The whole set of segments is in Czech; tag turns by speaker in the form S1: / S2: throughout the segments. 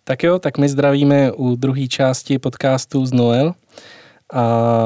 S1: Tak jo, tak my zdravíme u druhé části podcastu z Noel a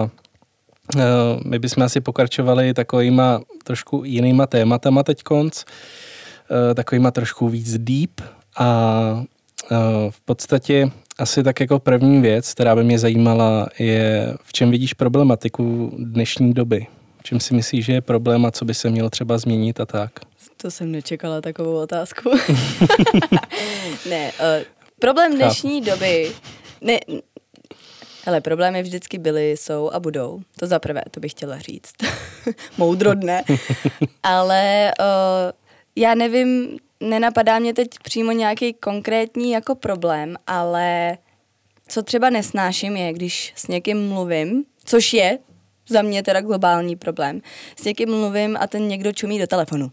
S1: my bychom asi pokračovali takovýma trošku jinýma tématama teďkonc, takovýma trošku víc deep a v podstatě asi tak jako první věc, která by mě zajímala, je v čem vidíš problematiku dnešní doby? V čem si myslíš, že je problém a co by se mělo třeba změnit a tak?
S2: To jsem nečekala takovou otázku. Ne, problém dnešní doby... Ne, hele, problémy vždycky byly, jsou a budou. To za prvé, to bych chtěla říct. Moudrodné. Ale já nevím, nenapadá mě teď přímo nějaký konkrétní jako problém, ale co třeba nesnáším je, když s někým mluvím, což je za mě teda globální problém. S někým mluvím a ten někdo čumí do telefonu.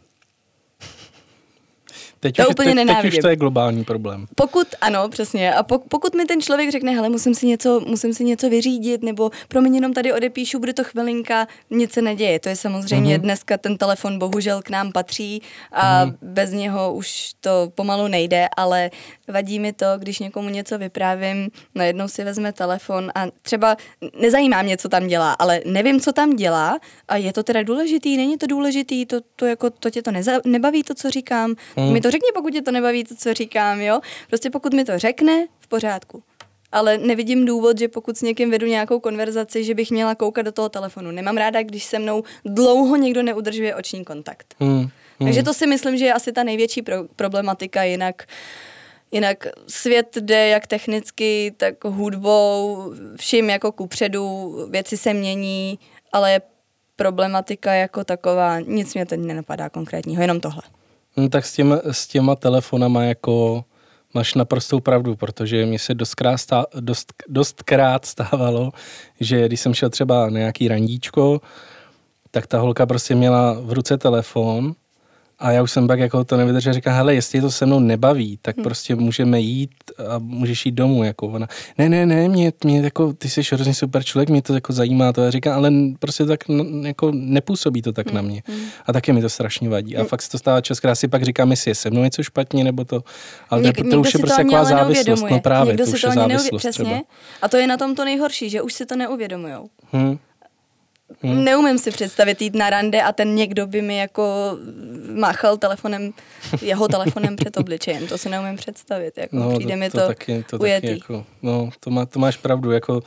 S1: Teď už to je globální problém.
S2: Pokud, ano, přesně. A pokud mi ten člověk řekne, hele, musím si něco vyřídit, nebo promiň, jenom tady odepíšu, bude to chvilinka, nic se neděje. To je samozřejmě dneska ten telefon bohužel k nám patří a bez něho už to pomalu nejde, ale vadí mi to, když někomu něco vyprávím, najednou si vezme telefon a třeba nezajímá mě, co tam dělá, ale nevím, co tam dělá a je to teda důležitý, není to důležitý, to tě to nebaví to, co říkám, mi to řekni, pokud tě to nebaví to, co říkám, jo. Prostě pokud mi to řekne, v pořádku. Ale nevidím důvod, že pokud s někým vedu nějakou konverzaci, že bych měla koukat do toho telefonu. Nemám ráda, když se mnou dlouho někdo neudržuje oční kontakt. Takže to si myslím, že je asi ta největší problematika, jinak svět jde jak technicky, tak hudbou, vším jako kupředu, věci se mění, ale problematika jako taková, nic mě teď nenapadá konkrétního, jenom tohle.
S1: No, tak s těma telefonama jako máš naprostou pravdu, protože mě se dostkrát stávalo, že když jsem šel třeba na nějaký randíčko, tak ta holka prostě měla v ruce telefon a já už jsem pak jako to nevydržel, říkám, hele, jestli to se mnou nebaví, tak prostě můžeme jít a můžeš jít domů, jako ona. Ne, mě jako, ty jsi hrozně super člověk, mě to jako zajímá, to já říkám, ale prostě tak jako nepůsobí to tak na mě. A taky mi to strašně vadí. A fakt se to stává časkrát, si pak říkám, jestli je se mnou něco špatně, nebo to, ale to už je prostě taková závislost, no právě, to už je závislost třeba.
S2: A to je na tom to nejhorší, že už si to neuvědomujou. Neumím si představit jít na rande a ten někdo by mi jako máchal jeho telefonem před obličejem. To si neumím představit. Jako,
S1: no,
S2: přijde mi to
S1: taky jako, no, to máš pravdu. Jako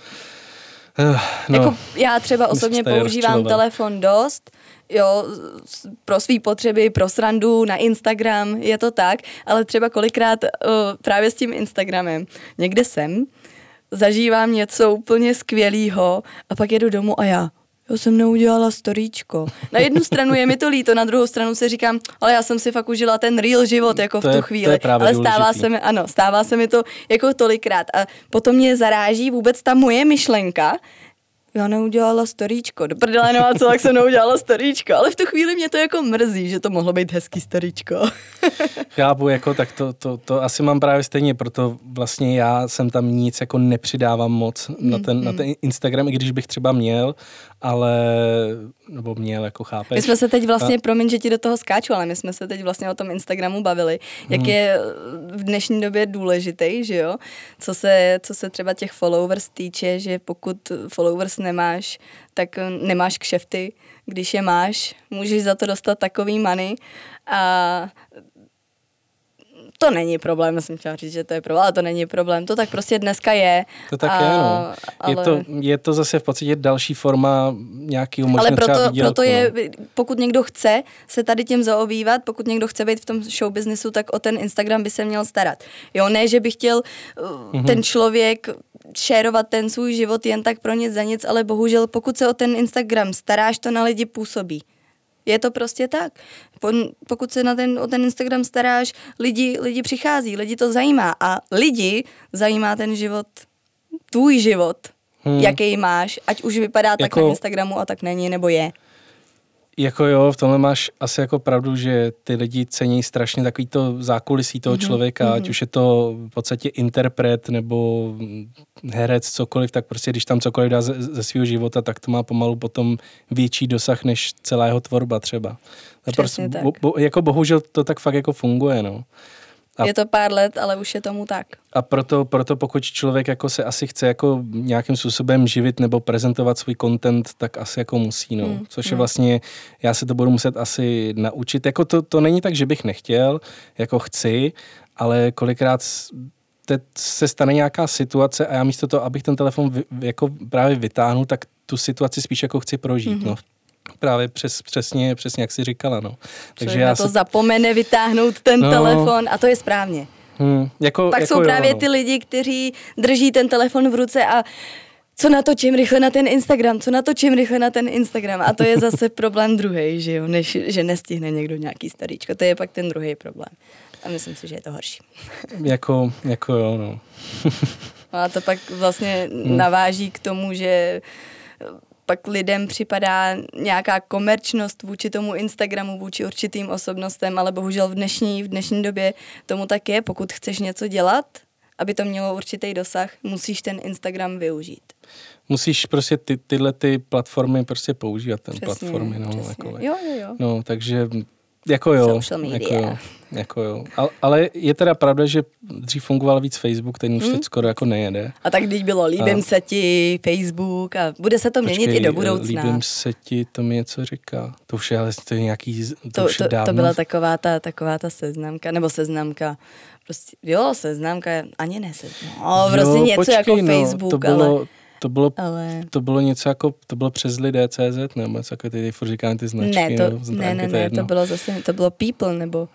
S2: já třeba osobně používám telefon dost, jo, pro svý potřeby, pro srandu, na Instagram, je to tak, ale třeba kolikrát právě s tím Instagramem někde zažívám něco úplně skvělýho a pak jedu domů a já jsem neudělala storíčko. Na jednu stranu je mi to líto, na druhou stranu si říkám, ale já jsem si fakt užila ten real život jako v tu chvíli. Ale stává se mi to jako tolikrát. A potom mě zaráží vůbec ta moje myšlenka, já neudělala storíčko. Do prdele, no a co, tak jsem neudělala storíčko. Ale v tu chvíli mě to jako mrzí, že to mohlo být hezký storíčko.
S1: Chápu, jako tak to asi mám právě stejně, proto vlastně já jsem tam nic jako nepřidávám moc na ten Instagram, i když bych třeba měl, nebo měl, jako chápeš.
S2: My jsme se teď vlastně, promiň, že ti do toho skáču, ale my jsme se teď vlastně o tom Instagramu bavili, jak je v dnešní době důležitý, že jo, co se třeba těch followers týče, že pokud followers nemáš, tak nemáš kšefty, když je máš, můžeš za to dostat takový money a to není problém, já jsem chtěla říct, že to je problém, ale to není problém, to tak prostě dneska je.
S1: To tak je, no. Ale... Je to zase v podstatě další forma nějakého možného třeba výdělku.
S2: Proto je, pokud někdo chce se tady tím zaobývat, pokud někdo chce být v tom show businessu, tak o ten Instagram by se měl starat. Jo, ne, že by chtěl ten člověk šérovat ten svůj život jen tak pro nic za nic, ale bohužel pokud se o ten Instagram staráš, to na lidi působí. Je to prostě tak. Pokud se o ten Instagram staráš, lidi přichází, lidi to zajímá a lidi zajímá ten život, tvůj život, jaký máš, ať už vypadá tak na Instagramu a tak není, nebo je.
S1: Jako jo, v tomhle máš asi jako pravdu, že ty lidi cení strašně takový to zákulisí toho člověka, ať už je to v podstatě interpret nebo herec, cokoliv, tak prostě když tam cokoliv dá ze svého života, tak to má pomalu potom větší dosah než celá jeho tvorba třeba. Prostě, jako bohužel to tak fakt jako funguje, no.
S2: Je to pár let, ale už je tomu tak.
S1: A proto pokud člověk jako se asi chce jako nějakým způsobem živit nebo prezentovat svůj content, tak asi jako musí, no. Což je vlastně, já se to budu muset asi naučit. Jako to není tak, že bych nechtěl, jako chci, ale kolikrát teď se stane nějaká situace a já místo toho, abych ten telefon jako právě vytáhnul, tak tu situaci spíš jako chci prožít, no. Právě přesně, jak jsi říkala, no.
S2: Takže já to zapomene vytáhnout ten telefon a to je správně. Pak jsou právě ty lidi, kteří drží ten telefon v ruce a co natočím rychle na ten Instagram. A to je zase problém druhý, že jo, než že nestihne někdo nějaký staríčko. To je pak ten druhý problém. A myslím si, že je to horší.
S1: jako jo, no.
S2: A to pak vlastně naváží k tomu, že pak lidem připadá nějaká komerčnost vůči tomu Instagramu, vůči určitým osobnostem, ale bohužel v dnešní době tomu tak je. Pokud chceš něco dělat, aby to mělo určitý dosah, musíš ten Instagram využít.
S1: Musíš prostě tyhle platformy prostě používat, platformy. No, jako,
S2: jo.
S1: No, takže jako jo.
S2: Social media.
S1: Jako jo. Ale je teda pravda, že dřív fungoval víc Facebook, ten už teď skoro jako nejede.
S2: A tak když bylo líbím se ti, Facebook a bude se to měnit i do budoucna.
S1: Líbím se ti, to mi něco říká. To už je, ale to je nějaký, to už je dávno.
S2: To byla taková ta seznamka. Prostě, seznamka, ani ne seznamka. No, prostě něco jako Facebook, ale...
S1: To bylo něco jako, to bylo přes lidé.cz, nebo něco jako ty furt říkám ty značky.
S2: Ne, to bylo People, nebo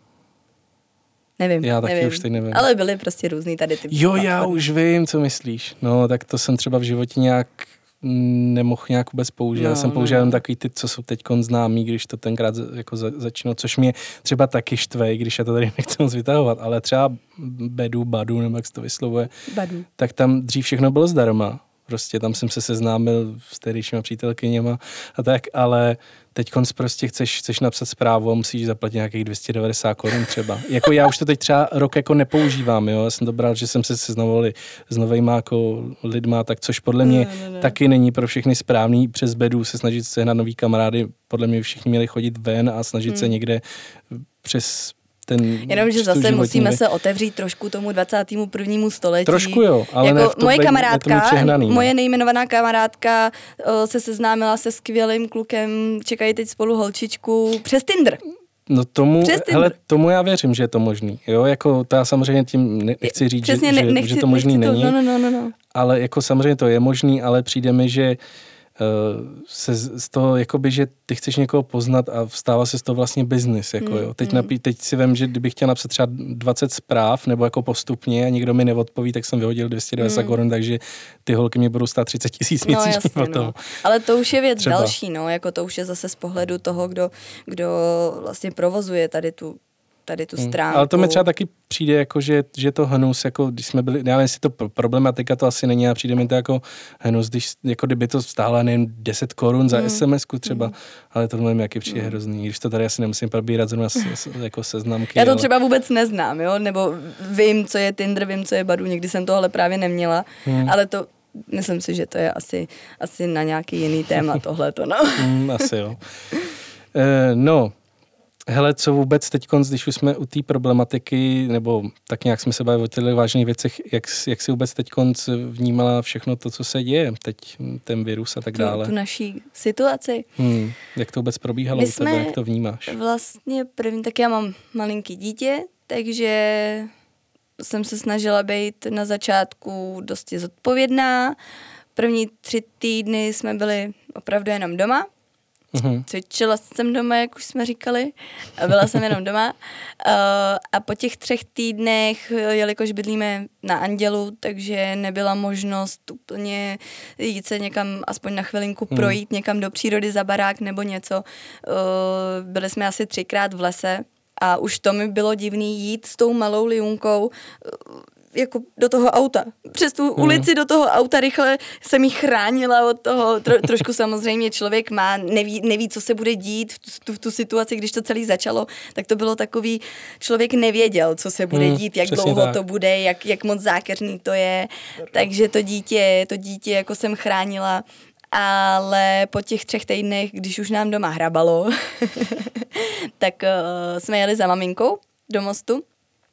S2: nevím.
S1: Já taky už teď nevím.
S2: Ale byly prostě různý tady ty
S1: platformy. Já už vím, co myslíš. No, tak to jsem třeba v životě nějak nemohl nějak vůbec použít. Já jsem použil jen takový ty, co jsou teď známý, když to tenkrát jako začínalo, což mě třeba taky štve, když já to tady nechci moc vytahovat, ale třeba Badu, nebo jak se to vyslovuje, tak tam dřív všechno bylo zdarma. Prostě tam jsem se seznámil s tehdejšíma přítelkyněma a tak, ale teďkonc prostě chceš napsat zprávu a musíš zaplatit nějakých 290 korun třeba. Jako já už to teď třeba rok jako nepoužívám, jo. Já jsem to bral, že jsem se seznamoval s novejma jako lidma, tak což podle mě taky není pro všechny správný. Přes Bedu se snažit sehnat nový kamarády, podle mě všichni měli chodit ven a snažit se někde přes
S2: jenomže zase musíme se otevřít trošku tomu 21. století.
S1: Trošku jo, ale
S2: jako
S1: ne v tom,
S2: moje kamarádka, moje nejmenovaná kamarádka se seznámila se skvělým klukem, čekají teď spolu holčičku přes Tinder.
S1: No tomu já věřím, že je to možný. Jo, jako to já samozřejmě tím nechci říct, že to možný není.
S2: No.
S1: Ale jako samozřejmě to je možný, ale přijde mi, že se z toho, jakoby, že ty chceš někoho poznat a vstává se z toho vlastně biznis, jako jo. Teď si vem, že kdybych chtěl napsat třeba 20 zpráv, nebo jako postupně a nikdo mi neodpoví, tak jsem vyhodil 290 korun, takže ty holky mě budou stát 30 000 měsíčně potom. No.
S2: Ale to už je věc další, no, jako to už je zase z pohledu toho, kdo vlastně provozuje tady tu stránku.
S1: Ale to mi třeba taky přijde, jako, že to hnus, jako když jsme byli, já nevím, jestli to problematika to asi není, a přijde mi to jako hnus, jako kdyby to stálo, nevím, 10 korun za SMS-ku třeba, ale to nevím, jaký přijde hrozný, když to tady asi nemusím probírat zrovna jako seznamky.
S2: Já to třeba vůbec neznám, jo, nebo vím, co je Tinder, vím, co je Badu, nikdy jsem tohle právě neměla, ale to myslím si, že to je asi na nějaký jiný téma tohleto, no.
S1: Asi jo. No, hele, co vůbec teďkonc, když už jsme u té problematiky, nebo tak nějak jsme se bavili o těchto vážných věcech, jak si vůbec teďkonc vnímala všechno to, co se děje, teď ten virus a tak dále?
S2: Tu naší situaci.
S1: Jak to vůbec probíhalo u tebe, jak to vnímáš?
S2: Vlastně tak já mám malinký dítě, takže jsem se snažila být na začátku dosti zodpovědná. První 3 týdny jsme byli opravdu jenom doma. Cvičila jsem doma, jak už jsme říkali, a byla jsem jenom doma. A po těch 3 týdnech, jelikož bydlíme na Andělu, takže nebyla možnost úplně jít se někam, aspoň na chvilinku projít někam do přírody za barák nebo něco. Byli jsme asi 3krát v lese a už to mi bylo divný jít s tou malou Liunkou jako do toho auta. Přes tu ulici do toho auta rychle jsem jí chránila od toho. Trošku samozřejmě člověk neví, co se bude dít v tu situaci, když to celé začalo, tak to bylo takový, člověk nevěděl, co se bude dít, jak dlouho to bude, jak moc zákeřný to je. Takže to dítě jako jsem chránila. Ale po těch 3 týdnech, když už nám doma hrabalo, tak jsme jeli za maminkou do Mostu.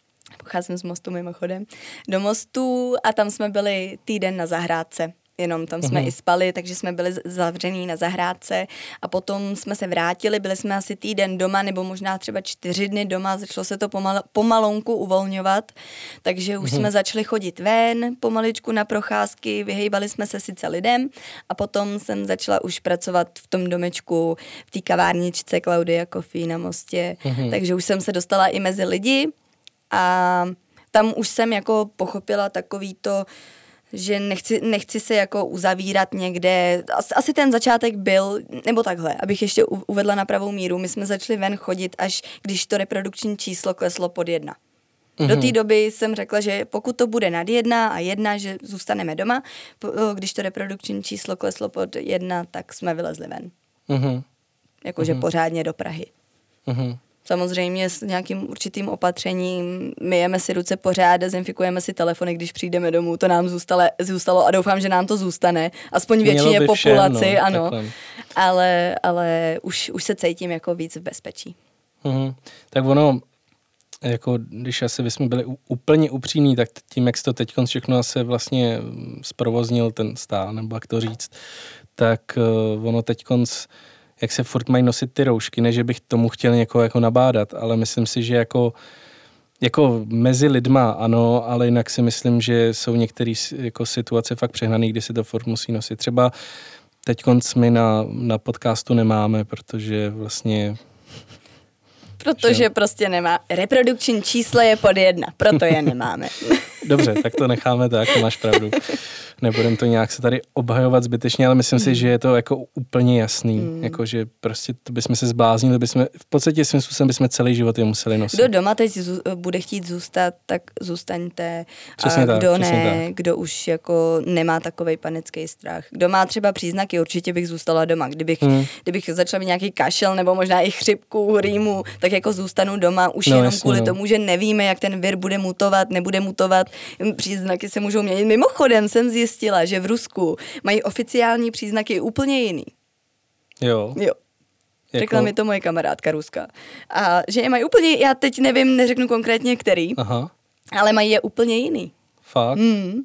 S2: pocházím z Mostu mimochodem, do Mostu a tam jsme byli týden na zahrádce. Jenom tam jsme i spali, takže jsme byli zavřený na zahrádce a potom jsme se vrátili, byli jsme asi týden doma nebo možná třeba 4 dny doma, začalo se to pomalonku uvolňovat, takže už jsme začali chodit ven, pomaličku na procházky, vyhejbali jsme se sice lidem a potom jsem začala už pracovat v tom domečku, v té kavárničce Claudia Coffee na Mostě, takže už jsem se dostala i mezi lidi a tam už jsem jako pochopila takový to, že nechci se jako uzavírat někde. Asi ten začátek byl, nebo takhle, abych ještě uvedla na pravou míru, my jsme začali ven chodit, až když to reprodukční číslo kleslo pod 1. Do té doby jsem řekla, že pokud to bude nad 1 a 1, že zůstaneme doma, když to reprodukční číslo kleslo pod 1, tak jsme vylezli ven. Jakože pořádně do Prahy. Samozřejmě s nějakým určitým opatřením, myjeme si ruce pořád, dezinfikujeme si telefony, když přijdeme domů, to nám zůstalo a doufám, že nám to zůstane, aspoň většině populaci, všem, ano, ale už se cítím jako víc v bezpečí.
S1: Tak ono, jako když asi bychom byli úplně upřímní, tak tím, jak jsi to teď všechno se vlastně zprovoznil ten stál, nebo jak to říct, tak ono teďkonc jak se furt mají nosit ty roušky, ne, že bych tomu chtěl někoho jako nabádat, ale myslím si, že jako mezi lidma ano, ale jinak si myslím, že jsou některé jako situace fakt přehnané, kdy se to furt musí nosit. Třeba teďkonc my na podcastu nemáme, protože vlastně...
S2: Protože prostě nemá. Reprodukční číslo je pod 1, proto je nemáme.
S1: Dobře, tak to necháme tak, to máš pravdu. Nebudem to nějak se tady obhajovat zbytečně, ale myslím si, že je to jako úplně jasný. Jako, že prostě to bychom se zbláznili, v podstatě svým způsobem bychom celý život je museli nosit.
S2: Kdo doma teď bude chtít zůstat, tak zůstaňte.
S1: Přesně
S2: a
S1: tak,
S2: kdo ne, tak. Kdo už jako nemá takovej panický strach. Kdo má třeba příznaky, určitě bych zůstala doma. Kdybych začala mít nějaký kašel nebo možná i chřipku, rýmu, tak jako zůstanu doma už jenom jasně, kvůli tomu, že nevíme, jak ten vir bude mutovat, nebude mutovat. Příznaky se můžou měnit. Mimochodem jsem zjistila, že v Rusku mají oficiální příznaky úplně jiný.
S1: Jo.
S2: Řekla mi to moje kamarádka ruská. A že je mají úplně, já teď nevím, neřeknu konkrétně který, ale mají je úplně jiný.
S1: Fakt?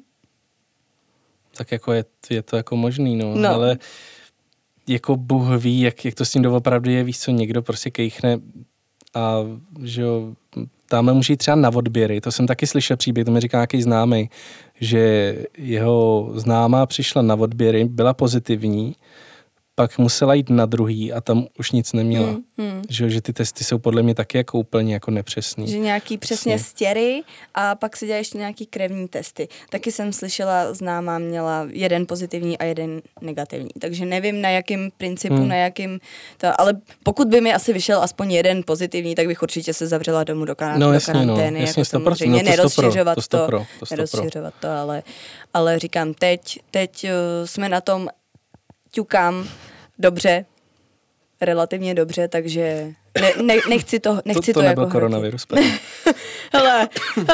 S1: Tak jako je to jako možný, no. Ale jako Bůh ví, jak to s tím doopravdy je, víš co, někdo prostě kejchne a že jo, tamhle může jít třeba na odběry, to jsem taky slyšel příběh, to mi říká nějaký známý, že jeho známá přišla na odběry, byla pozitivní, pak musela jít na druhý a tam už nic neměla. Že ty testy jsou podle mě taky jako úplně jako nepřesný.
S2: Že nějaký přesně stěry a pak se dělají ještě nějaký krevní testy. Taky jsem slyšela, známá měla 1 pozitivní a 1 negativní. Takže nevím na jakým principu, ale pokud by mi asi vyšel aspoň 1 pozitivní, tak bych určitě se zavřela domů do karantény.
S1: Jasně,
S2: jako samozřejmě nerozšiřovat
S1: to,
S2: ale říkám, teď jsme na tom ťukám dobře, relativně dobře, takže nechci to
S1: to
S2: jako
S1: nebyl koronavirus.
S2: hele.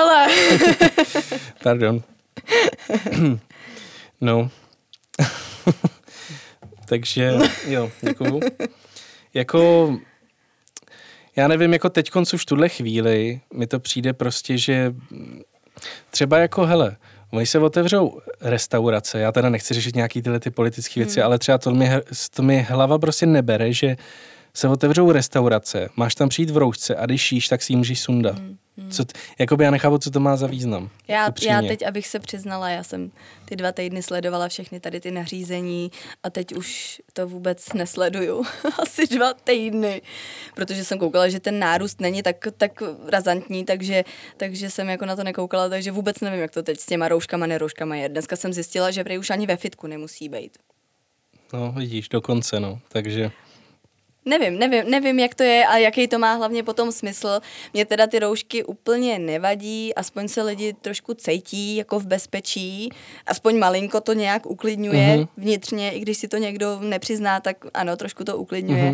S1: Pardon. No. Takže, jo, děkuju. Jako, já nevím, jako teďkonc už v tuhle chvíli mi to přijde prostě, že třeba jako, hele, oni se otevřou restaurace, já teda nechci řešit nějaký tyhle ty politické věci, ale třeba to mi hlava prostě nebere, že se otevřou restaurace, máš tam přijít v roušce a když jíš, tak si ji můžeš sundat. Jakoby já nechápu, co to má za význam.
S2: Já teď, abych se přiznala, já jsem ty 2 týdny sledovala všechny tady ty nařízení a teď už to vůbec nesleduju. Asi 2 týdny, protože jsem koukala, že ten nárůst není tak razantní, takže jsem jako na to nekoukala, takže vůbec nevím, jak to teď s těma rouškama, nerouškama je. Dneska jsem zjistila, že prej už ani ve fitku nemusí být.
S1: No, vidíš, dokonce, no, takže...
S2: Nevím, jak to je a jaký to má hlavně potom smysl. Mně teda ty roušky úplně nevadí, aspoň se lidi trošku cítí jako v bezpečí, aspoň malinko to nějak uklidňuje vnitřně, i když si to někdo nepřizná, tak ano, trošku to uklidňuje,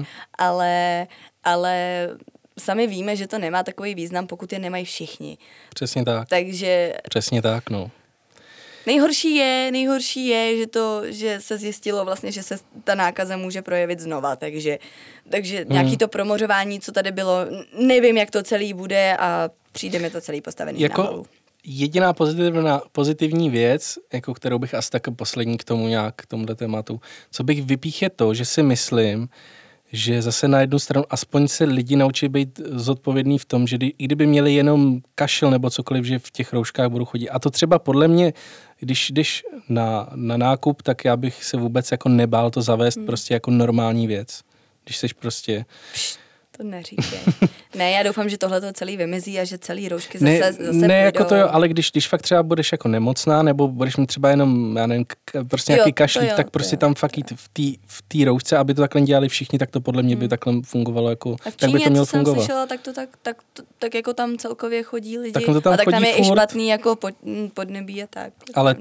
S2: ale sami víme, že to nemá takový význam, pokud je nemají všichni.
S1: Přesně tak.
S2: Takže...
S1: Přesně tak, no.
S2: Nejhorší je, že se zjistilo vlastně, že se ta nákaza může projevit znova, takže nějaký to promořování, co tady bylo, nevím, jak to celý bude a přijde mi to celý postavený na hlavu.
S1: Jediná pozitivní věc, jako kterou bych asi tak poslední k tomuhle tématu, co bych vypích je to, že si myslím, že zase na jednu stranu aspoň se lidi naučí být zodpovědný v tom, že i kdyby měli jenom kašel nebo cokoliv, že v těch rouškách budou chodit. A to třeba podle mě, když jdeš na nákup, tak já bych se vůbec jako nebál to zavést prostě jako normální věc. Když seš prostě...
S2: To neříkej. Ne, já doufám, že tohle to celý vymizí a že celý roušky zase
S1: ne, jako to jo, ale když fakt třeba budeš jako nemocná, nebo budeš mít třeba jenom, já nevím, prostě nějaký kašlík, tak prostě tam fakt jít v té roušce, aby to takhle dělali všichni, tak to podle mě by takhle fungovalo, jako,
S2: a v Číně,
S1: tak by to mělo fungovat.
S2: Co jsem slyšela, tak jako tam celkově chodí lidi,
S1: tak tam
S2: a tak tam je
S1: furt.
S2: I špatný jako podnebí a tak.
S1: Ale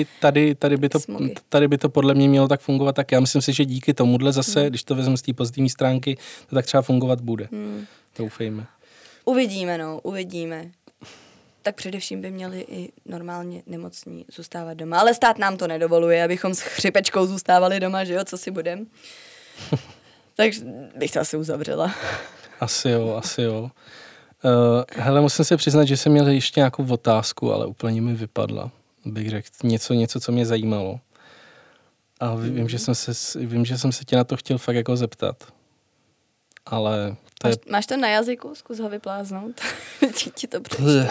S1: tady by to podle mě mělo tak fungovat, tak já myslím si, že díky tomuhle zase, když to vezmu z té pozitivní stránky, to tak třeba fungovat bude. Doufejme.
S2: Uvidíme. Tak především by měli i normálně nemocní zůstávat doma. Ale stát nám to nedovoluje, abychom s chřipečkou zůstávali doma, že jo, co si budem. Takže bych to asi uzavřela.
S1: Asi jo. Hele, musím se přiznat, že jsem měl ještě nějakou otázku, ale úplně mi vypadla. Bych řekl něco, co mě zajímalo. A vím, že jsem se tě na to chtěl fakt jako zeptat. Ale...
S2: Máš to na jazyku? Zkus ho vypláznout. Ti to přečte.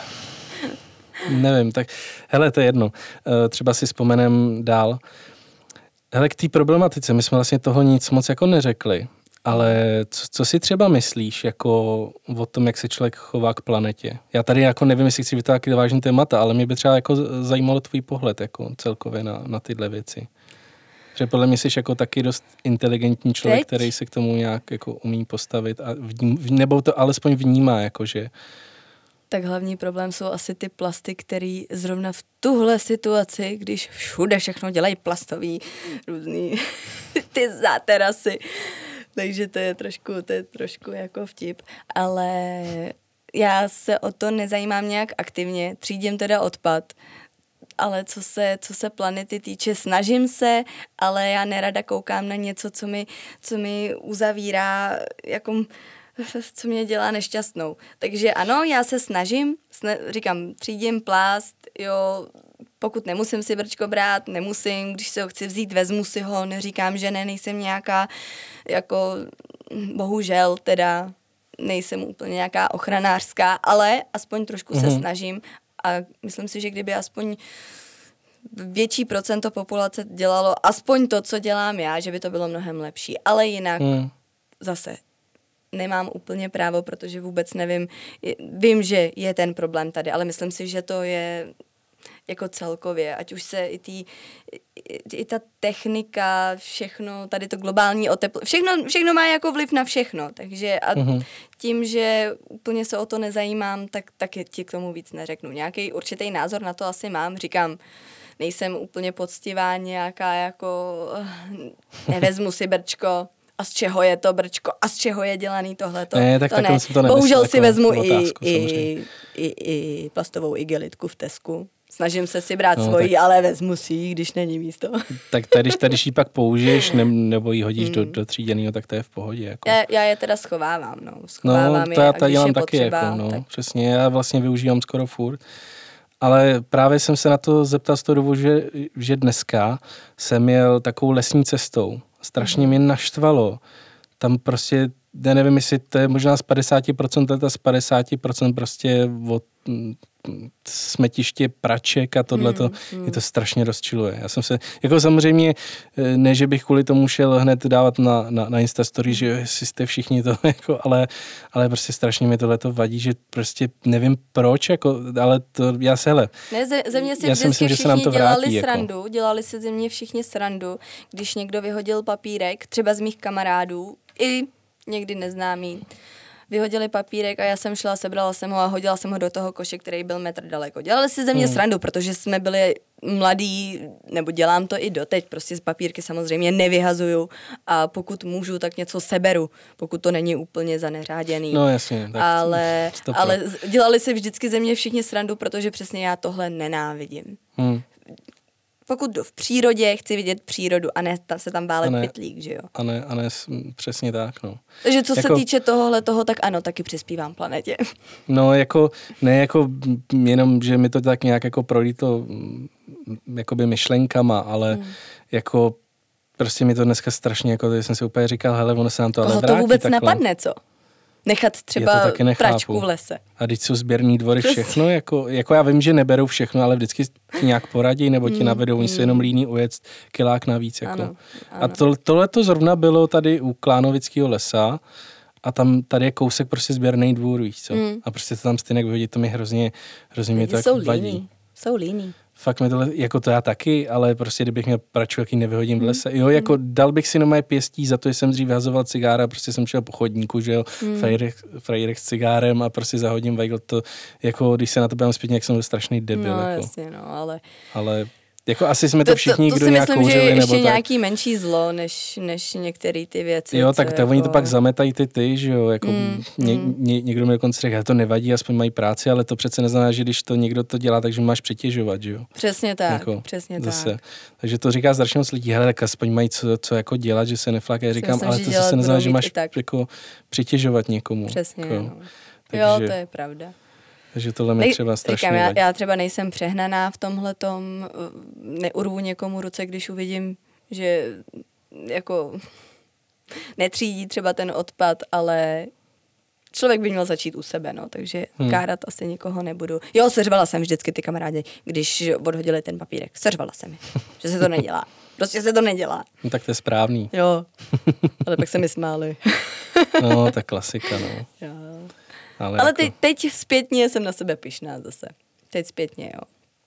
S1: Nevím, tak hele, to je jedno. Třeba si vzpomenem dál. Hele, k té problematice, my jsme vlastně toho nic moc jako neřekli, ale co si třeba myslíš jako o tom, jak se člověk chová k planetě? Já tady jako nevím, jestli chci vytáhnout taky vážný témata, ale mě by třeba jako zajímalo tvůj pohled jako celkově na tyhle věci. Že podle mě jsi jako taky dost inteligentní člověk, který se k tomu nějak jako umí postavit a nebo to alespoň vnímá, jakože.
S2: Tak hlavní problém jsou asi ty plasty, který zrovna v tuhle situaci, když všude všechno dělají plastový, různý ty záterasy. Takže to je trošku jako vtip. Ale já se o to nezajímám nějak aktivně, třídím teda odpad. Ale co se planety týče, snažím se, ale já nerada koukám na něco, co mi uzavírá, jako, co mě dělá nešťastnou. Takže ano, já se snažím, říkám, třídím plast, jo, pokud nemusím si brčko brát, nemusím, když se ho chci vzít, vezmu si ho, neříkám, že ne, nejsem nějaká, jako, bohužel teda, nejsem úplně nějaká ochranářská, ale aspoň trošku se snažím. A myslím si, že kdyby aspoň větší procento populace dělalo aspoň to, co dělám já, že by to bylo mnohem lepší. Ale jinak zase nemám úplně právo, protože vůbec nevím. Vím, že je ten problém tady, ale myslím si, že to je jako celkově, ať už se i ta technika, všechno, tady to globální všechno má jako vliv na všechno, takže a tím, že úplně se o to nezajímám, tak ti k tomu víc neřeknu. Nějaký určitý názor na to asi mám, říkám, nejsem úplně poctivá nějaká jako, nevezmu si brčko, a z čeho je to brčko, a z čeho je dělaný tohleto.
S1: Ne, tak to ne.
S2: Bohužel si vezmu i plastovou igelitku v Tesku. Snažím se si brát svoji, ale vezmu si ji, když není místo. Tak
S1: když ji pak použiješ nebo ji hodíš do tříděnýho, tak to je v pohodě. Jako.
S2: Já je teda schovávám, Schovávám je,
S1: a když je potřeba. Taky, tak... Přesně, já vlastně využívám skoro furt. Ale právě jsem se na to zeptal z toho důvodu, že dneska jsem jel takovou lesní cestou. Strašně mě naštvalo. Tam prostě, já nevím, jestli to je možná z 50% a z 50% prostě od smetiště praček a tohleto, mě to strašně rozčiluje. Já jsem se, jako samozřejmě, ne, že bych kvůli tomu šel hned dávat na Instastory, že jestli jste všichni to, jako, ale prostě strašně mi tohleto vadí, že prostě nevím proč, jako, ale to, já se, hele.
S2: Ne, ze mě si vždycky myslím, všichni dělali srandu, jako. Dělali si ze mě všichni srandu, když někdo vyhodil papírek, třeba z mých kamarádů, i někdy neznámý, vyhodili papírek a já jsem šla, sebrala jsem ho a hodila jsem ho do toho koše, který byl metr daleko. Dělali si ze mě srandu, protože jsme byli mladí, nebo dělám to i doteď, prostě z papírky samozřejmě nevyhazuju a pokud můžu, tak něco seberu, pokud to není úplně zaneřáděný.
S1: No jasně. Tak
S2: ale dělali si vždycky ze mě všichni srandu, protože přesně já tohle nenávidím. pokud jdu v přírodě, chci vidět přírodu a ne se tam válet pytlík, že jo?
S1: A ne, přesně tak, no.
S2: Takže co se týče toho, tak ano, taky přispívám planetě.
S1: No, ne jako jenom, že mi to tak nějak jako prolítlo jakoby myšlenkama, ale jako prostě mi to dneska strašně, jako jsem si úplně říkal, hele, ono se nám to ale vrátí.
S2: Koho to vůbec
S1: takhle.
S2: napadne, co? Nechat třeba pračku v lese.
S1: A teď jsou sběrný dvory všechno, jako já vím, že neberou všechno, ale vždycky ti nějak poradí, nebo ti navedou, oni se jenom líní ujet kilák navíc. Jako.
S2: Ano.
S1: A tohle to zrovna bylo tady u Klánovického lesa a tady je kousek prostě sběrný dvůr, víš co. A prostě to tam stejně vyhodit, to mi hrozně mi to jako vadí.
S2: Jsou líní.
S1: Fakt mi tohle, jako to já taky, ale prostě kdybych měl pračku, jaký nevyhodím v lese. Jo, jako dal bych si na moje pěstí za to, že jsem dřív vyhazoval cigára, prostě jsem šel po chodníku, že jo, frajírek s cigárem a prostě zahodím vajgl to, jako když se na to budeme zpětně, jak jsem byl strašný debil.
S2: No
S1: jako.
S2: Jasně, no, ale
S1: jako asi jsme to všichni, kdo nějak kouřili,
S2: nebo tak. To si myslím, že je ještě
S1: tak.
S2: nějaký menší zlo, než některé ty věci.
S1: Jo, tak to oni to pak zametají ty, že jo, jako někdo mi dokonce řekl, to nevadí, aspoň mají práci, ale to přece neznamená, že když to někdo to dělá, takže máš přetěžovat, že jo.
S2: Přesně tak,
S1: jako,
S2: přesně
S1: zase.
S2: tak.
S1: Takže to říká strašně moc lidí, hele, tak aspoň mají co jako dělat, že se neflákají. Já říkám, ale to zase neznamená, že máš jako přitěžovat někomu.
S2: Přesně,
S1: jako.
S2: no. Jo, to je pravda.
S1: Takže tohle mi třeba strašně vadí.
S2: Já třeba nejsem přehnaná v tomhletom, neurvu někomu ruce, když uvidím, že jako netřídí třeba ten odpad, ale člověk by měl začít u sebe, no, takže kárat asi nikoho nebudu. Jo, seřvala jsem vždycky ty kamarádi, když odhodili ten papírek. Seřvala jsem je, že se to nedělá. Prostě se to nedělá.
S1: No tak to je správný.
S2: Jo, ale pak se mi smáli.
S1: No, tak klasika, no.
S2: Jo.
S1: Ale
S2: jako... teď zpětně jsem na sebe pyšná zase. Teď zpětně, jo.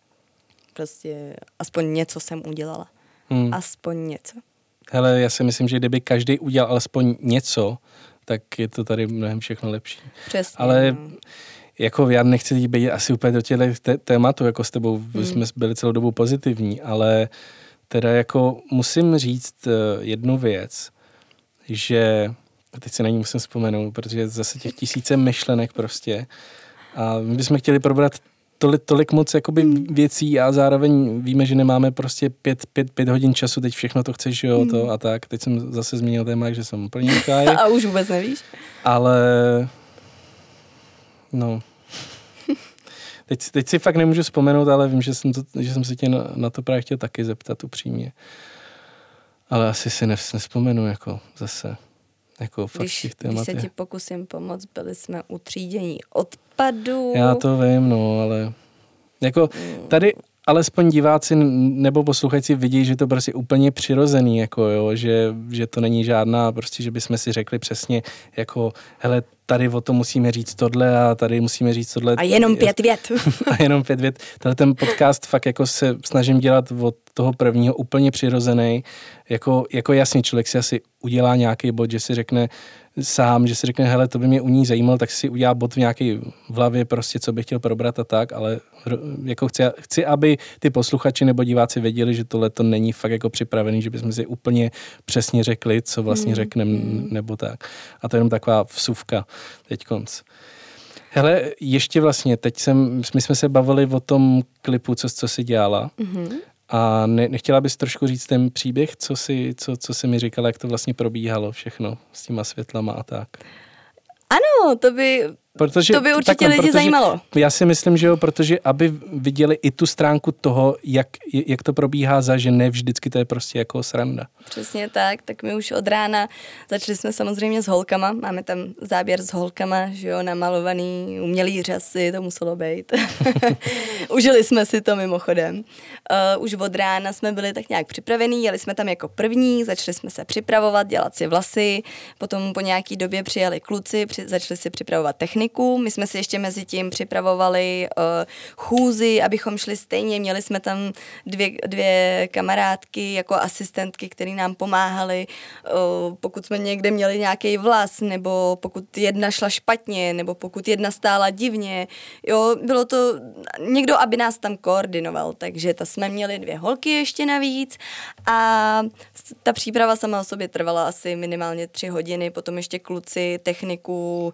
S2: Prostě aspoň něco jsem udělala. Aspoň něco.
S1: Hele, já si myslím, že kdyby každý udělal alespoň něco, tak je to tady mnohem všechno lepší.
S2: Přesně.
S1: Ale jako já nechci být asi úplně do těchto tématů, jako s tebou jsme byli celou dobu pozitivní, ale teda jako musím říct jednu věc, že a teď se na ní musím vzpomenout, protože zase těch tisíce myšlenek prostě. A my bychom chtěli probrat tolik moc jakoby věcí a zároveň víme, že nemáme prostě 5 hodin času, teď všechno to chceš, jo, to a tak. Teď jsem zase zmínil téma, že jsem úplně necháj.
S2: A už vůbec nevíš?
S1: Ale no. Teď si fakt nemůžu vzpomenout, ale vím, že jsem se tě na to právě chtěl taky zeptat upřímně. Ale asi si nevzpomenu jako zase. Jako fakt
S2: když se ti pokusím pomoct, byli jsme u třídění odpadu.
S1: Já to vím, no, ale jako tady alespoň diváci nebo posluchači vidí, že to prostě úplně přirozený, jako jo, že to není žádná, prostě, že bychom si řekli přesně, jako, hele, tady o tom musíme říct tohle a tady musíme říct tohle.
S2: A jenom 5 vět.
S1: A jenom 5 vět. Tenhle ten podcast fakt jako se snažím dělat od toho prvního úplně přirozený. Jako jasně, člověk si asi udělá nějaký bod, že si řekne sám, že si řekne, hele, to by mě u ní zajímalo, tak si udělá bod v nějaký v hlavě prostě, co bych chtěl probrat a tak, ale jako chci, aby ty posluchači nebo diváci věděli, že tohle to není fakt jako připravený, že bychom si úplně přesně řekli, co vlastně řekneme nebo tak. A to je jenom taková vsuvka teďkonc. Hele, ještě vlastně, my jsme se bavili o tom klipu, co jsi dělala. A nechtěla bys trošku říct ten příběh, co jsi mi říkala, jak to vlastně probíhalo všechno s těma světlama a tak?
S2: Ano, to by určitě lidi zajímalo.
S1: Já si myslím, že jo, protože aby viděli i tu stránku toho, jak to probíhá že ne vždycky to je prostě jako sranda.
S2: Přesně tak my už od rána začali jsme samozřejmě s holkama, máme tam záběr s holkama, že jo, namalovaný umělý řasy, to muselo být. Užili jsme si to mimochodem. Už od rána jsme byli tak nějak připravení, jeli jsme tam jako první, začali jsme se připravovat, dělat si vlasy, potom po nějaký době přijeli kluci, začali si připravovat techniku. My jsme si ještě mezi tím připravovali chůzi, abychom šli stejně. Měli jsme tam dvě kamarádky jako asistentky, které nám pomáhaly, pokud jsme někde měli nějaký vlas, nebo pokud jedna šla špatně, nebo pokud jedna stála divně. Jo, bylo to někdo, aby nás tam koordinoval, takže jsme měli 2 holky ještě navíc a ta příprava sama o sobě trvala asi minimálně 3 hodiny, potom ještě kluci techniku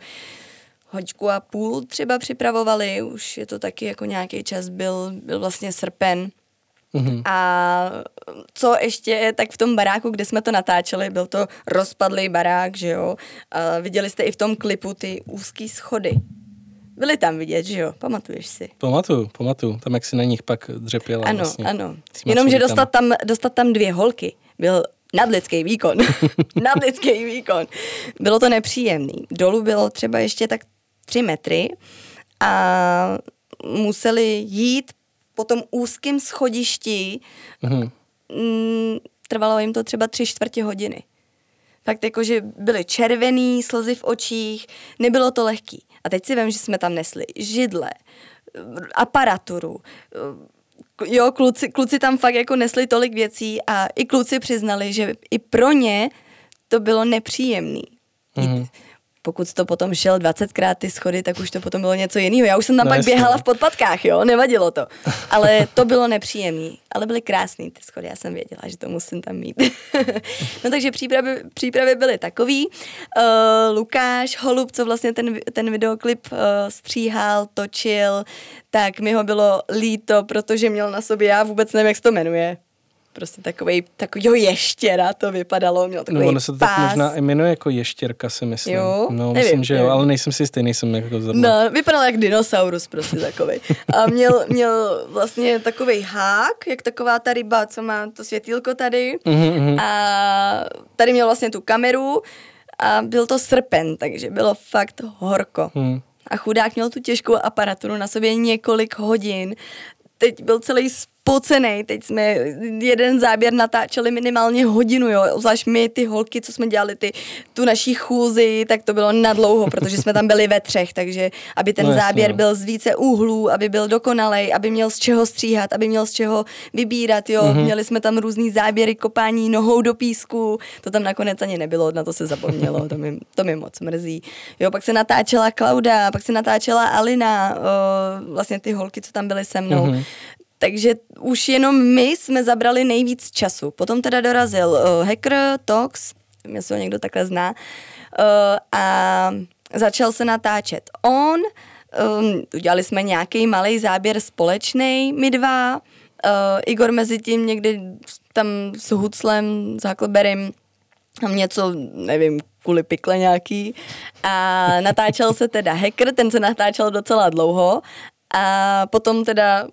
S2: 1,5 třeba připravovali, už je to taky jako nějaký čas, byl vlastně srpen. A co ještě, tak v tom baráku, kde jsme to natáčeli, byl to rozpadlý barák, že jo. A viděli jste i v tom klipu ty úzký schody. Byly tam vidět, že jo? Pamatuješ si?
S1: Pamatuju. Tam jak si na nich pak dřepěla.
S2: Ano,
S1: vlastně.
S2: ano. Jenomže dostat tam 2 holky byl nadlidský výkon. Nadlidský výkon. Bylo to nepříjemný. Dolů bylo třeba ještě tak 3 metry a museli jít po tom úzkém schodišti. Trvalo jim to třeba 3/4 hodiny. Fakt jako, že byly červený, slzy v očích, nebylo to lehký. A teď si vím, že jsme tam nesli židle, aparaturu. Jo, kluci tam fakt jako nesli tolik věcí a i kluci přiznali, že i pro ně to bylo nepříjemný. Pokud to potom šel 20krát ty schody, tak už to potom bylo něco jiného. Já už jsem tam pak běhala v podpatkách, jo, nevadilo to. Ale to bylo nepříjemný. Ale byly krásný ty schody, já jsem věděla, že to musím tam mít. No takže přípravy byly takový. Lukáš Holub, co vlastně ten videoklip stříhal, točil, tak mi ho bylo líto, protože měl na sobě, já vůbec nevím, jak se to jmenuje. Prostě takový ještěra to vypadalo, měl takový
S1: ono se to tak možná jmenuje jako ještěrka, si myslím.
S2: Jo?
S1: No,
S2: nevím,
S1: myslím, že jo, ale nejsem si jistý, nejsem jako zrovna.
S2: No, vypadal jak dinosaurus prostě takovej. A měl vlastně takovej hák, jak taková ta ryba, co má to světýlko tady. A tady měl vlastně tu kameru a byl to srpen, takže bylo fakt horko. A chudák měl tu těžkou aparaturu na sobě několik hodin. Teď byl celý spocenej, teď jsme jeden záběr natáčeli minimálně hodinu, jo, zvlášť my, ty holky, co jsme dělali tu naší chůzi, tak to bylo nadlouho, protože jsme tam byli ve 3, takže aby ten záběr byl z více úhlů, aby byl dokonalej, aby měl z čeho stříhat, aby měl z čeho vybírat, jo, měli jsme tam různý záběry kopání nohou do písku, to tam nakonec ani nebylo, na to se zapomnělo, to mi moc mrzí. Jo, pak se natáčela Klauda, pak se natáčela Alina, vlastně ty holky, co tam byly se mnou. Takže už jenom my jsme zabrali nejvíc času. Potom teda dorazil Hacker, Tox, jestli ho někdo takhle zná, a začal se natáčet on. Udělali jsme nějaký malý záběr společný, my dva. Igor mezi tím někdy tam s Huclem, s Huckleberrym, tam něco, nevím, kvůli pikle nějaký. A natáčel se teda Hacker, ten se natáčel docela dlouho. A potom teda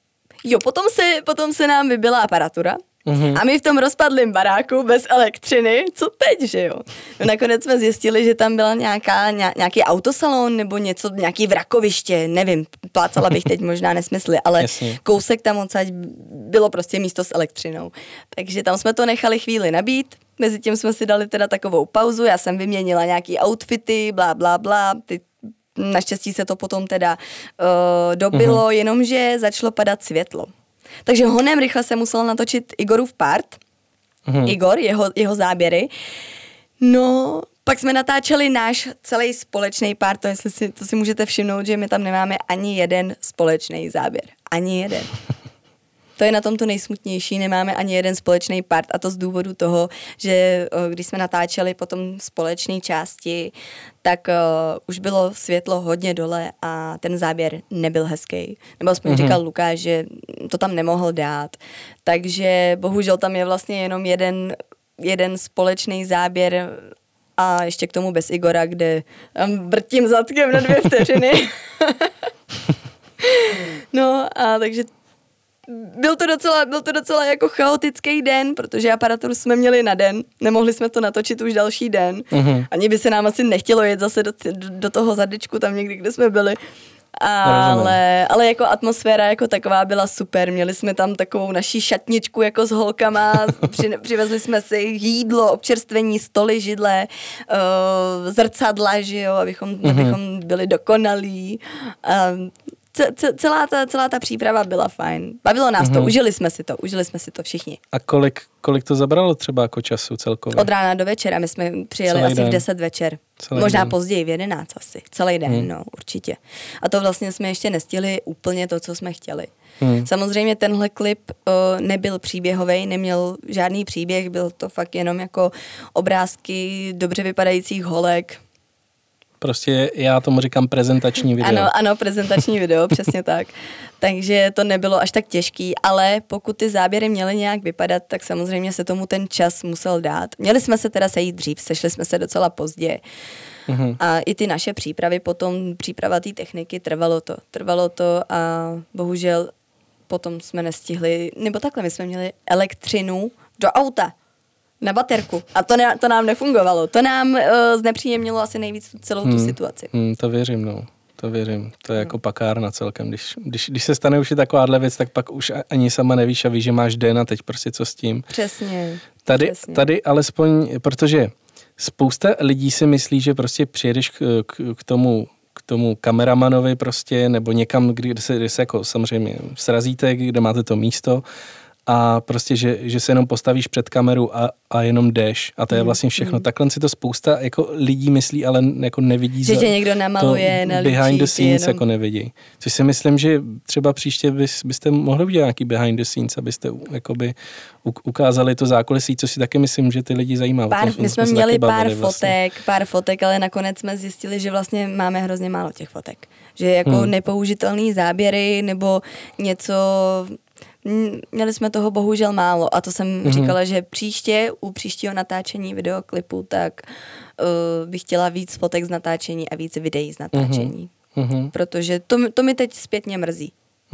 S2: potom se nám vybila aparatura a my v tom rozpadlém baráku bez elektřiny, co teď, že jo? No nakonec jsme zjistili, že tam byla nějaký autosalon nebo něco, nějaký vrakoviště, nevím, plácala bych teď možná nesmysly, ale kousek tam odsaď bylo prostě místo s elektřinou. Takže tam jsme to nechali chvíli nabít, mezitím jsme si dali teda takovou pauzu, já jsem vyměnila nějaký outfity, blá, blá, blá, naštěstí se to potom teda dobilo, jenomže začalo padat světlo. Takže honem rychle se musel natočit Igorův part. Igor, jeho záběry. No, pak jsme natáčeli náš celý společný part, to si můžete všimnout, že my tam nemáme ani jeden společný záběr. Ani jeden. To je na tom to nejsmutnější, nemáme ani jeden společný part a to z důvodu toho, že když jsme natáčeli potom společné části, tak už bylo světlo hodně dole a ten záběr nebyl hezký. Nebo aspoň říkal Lukáš, že to tam nemohl dát. Takže bohužel tam je vlastně jenom jeden společný záběr a ještě k tomu bez Igora, kde vrtím zadkem na 2 vteřiny. No a takže byl to docela jako chaotický den, protože aparaturu jsme měli na den, nemohli jsme to natočit už další den. Ani by se nám asi nechtělo jet zase do toho zadečku tam někdy, kde jsme byli. Ale jako atmosféra jako taková byla super. Měli jsme tam takovou naší šatničku jako s holkama, přivezli jsme si jídlo, občerstvení, stoly, židle, zrcadla, že jo, abychom byli dokonalí. Celá ta příprava byla fajn. Bavilo nás to, užili jsme si to všichni.
S1: A kolik to zabralo třeba jako času celkově?
S2: Od rána do večera, my jsme přijeli asi v 10 večer. Možná později, v 11 asi. Celý den, no, určitě. A to vlastně jsme ještě nestihli úplně to, co jsme chtěli. Samozřejmě tenhle klip nebyl příběhovej, neměl žádný příběh, byl to fakt jenom jako obrázky dobře vypadajících holek.
S1: Prostě já tomu říkám prezentační video.
S2: Ano, prezentační video, přesně tak. Takže to nebylo až tak těžký, ale pokud ty záběry měly nějak vypadat, tak samozřejmě se tomu ten čas musel dát. Měli jsme se teda sejít dřív, sešli jsme se docela pozdě. A i ty naše přípravy, potom příprava té techniky, trvalo to a bohužel potom jsme nestihli, nebo takhle, my jsme měli elektřinu do auta na baterku a to nám nefungovalo. To nám znepříjemnilo asi nejvíc celou tu situaci.
S1: To věřím, no. To věřím. To je jako pakárna celkem. Když se stane už i takováhle věc, tak pak už ani sama nevíš a víš, že máš den a teď prostě co s tím.
S2: Přesně.
S1: Tady alespoň, protože spousta lidí si myslí, že prostě přijedeš k tomu kameramanovi prostě, nebo někam, kde se jako samozřejmě srazíte, kde máte to místo a prostě, že se jenom postavíš před kameru a jenom jdeš a to je vlastně všechno. Takhle si to spousta jako lidí myslí, ale jako nevidí.
S2: Že tě někdo namaluje, nalíčí.
S1: Behind the scenes jako nevidí. Což si myslím, že třeba příště byste mohli udělat nějaký behind the scenes, abyste jakoby ukázali to zákulisí, co si taky myslím, že ty lidi zajímá.
S2: My jsme měli pár fotek, ale nakonec jsme zjistili, že vlastně máme hrozně málo těch fotek. Že jako nepoužitelný záběry nebo něco. Měli jsme toho bohužel málo a to jsem říkala, že u příštího natáčení videoklipu, tak bych chtěla víc fotek z natáčení a víc videí z natáčení. Protože to mi teď zpětně mrzí.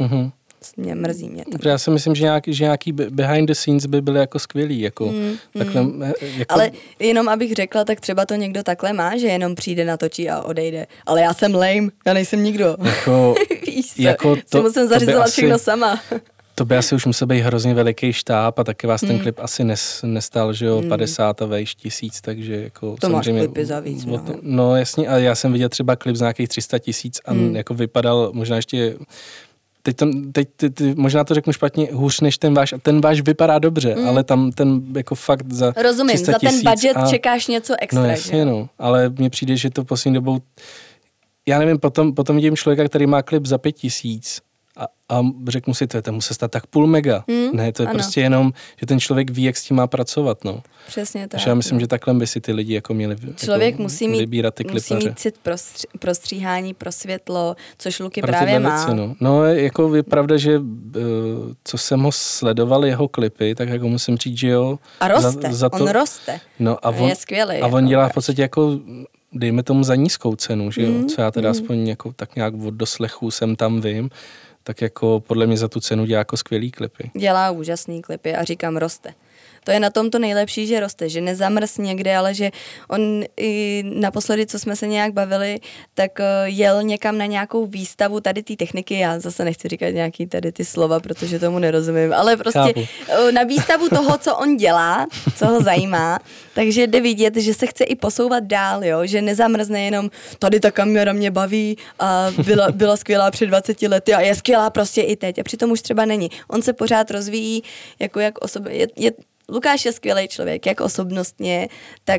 S2: Mrzí mě to.
S1: Já si myslím, že nějaký behind the scenes by byly jako skvělý. Jako, takhle, jako...
S2: Ale jenom abych řekla, tak třeba to někdo takhle má, že jenom přijde, natočí a odejde. Ale já jsem lame, já nejsem nikdo. Víš co,
S1: jako
S2: to musím zařizovat všechno sama.
S1: To by asi už musel být hrozně veliký štáb a taky vás ten klip asi nestal, že jo, 50 a vejš 1000, takže jako
S2: to
S1: samozřejmě...
S2: máš klipy za víc,
S1: no jasně, a já jsem viděl třeba klip z nějakých 300 000 a jako vypadal možná ještě... Teď možná to řeknu špatně, hůř než ten váš vypadá dobře, ale tam ten jako fakt za
S2: Rozumím, za ten budget čekáš něco extra.
S1: No jasně, no, ale mně přijde, že to poslední dobou, já nevím, potom vidím člověka, který má klip za 5000 a řeknu si, to musí stát tak 0,5 mega. Ne, to je prostě jenom, že ten člověk ví, jak s tím má pracovat, no.
S2: Přesně tak.
S1: Takže já myslím, že takhle by si ty lidi jako měli
S2: člověk
S1: jako
S2: musí
S1: vybírat ty klipaře.
S2: Musí mít cit pro stříhání, pro světlo, což Luky právě má.
S1: No, jako je pravda, že co jsem ho sledoval, jeho klipy, tak jako musím říct, že jo.
S2: A roste, on roste.
S1: No a on
S2: je skvělý.
S1: A on dělá v podstatě jako dejme tomu za nízkou cenu, že jo, co já teda aspoň jako tak nějak od doslechu jsem tam vím, tak jako podle mě za tu cenu dělá jako skvělý klipy.
S2: Dělá úžasný klipy a říkám, roste. To je na tom to nejlepší, že roste, že nezamrz někde, ale že on i naposledy, co jsme se nějak bavili, tak jel někam na nějakou výstavu tady té techniky, já zase nechci říkat nějaký tady ty slova, protože tomu nerozumím, ale prostě na výstavu toho, co on dělá, co ho zajímá, takže jde vidět, že se chce i posouvat dál, jo? Že nezamrzne jenom tady ta kamera mě baví a byla skvělá před 20 lety a je skvělá prostě i teď a přitom už třeba není. On se pořád rozvíjí jako jak Lukáš je skvělý člověk, jak osobnostně, tak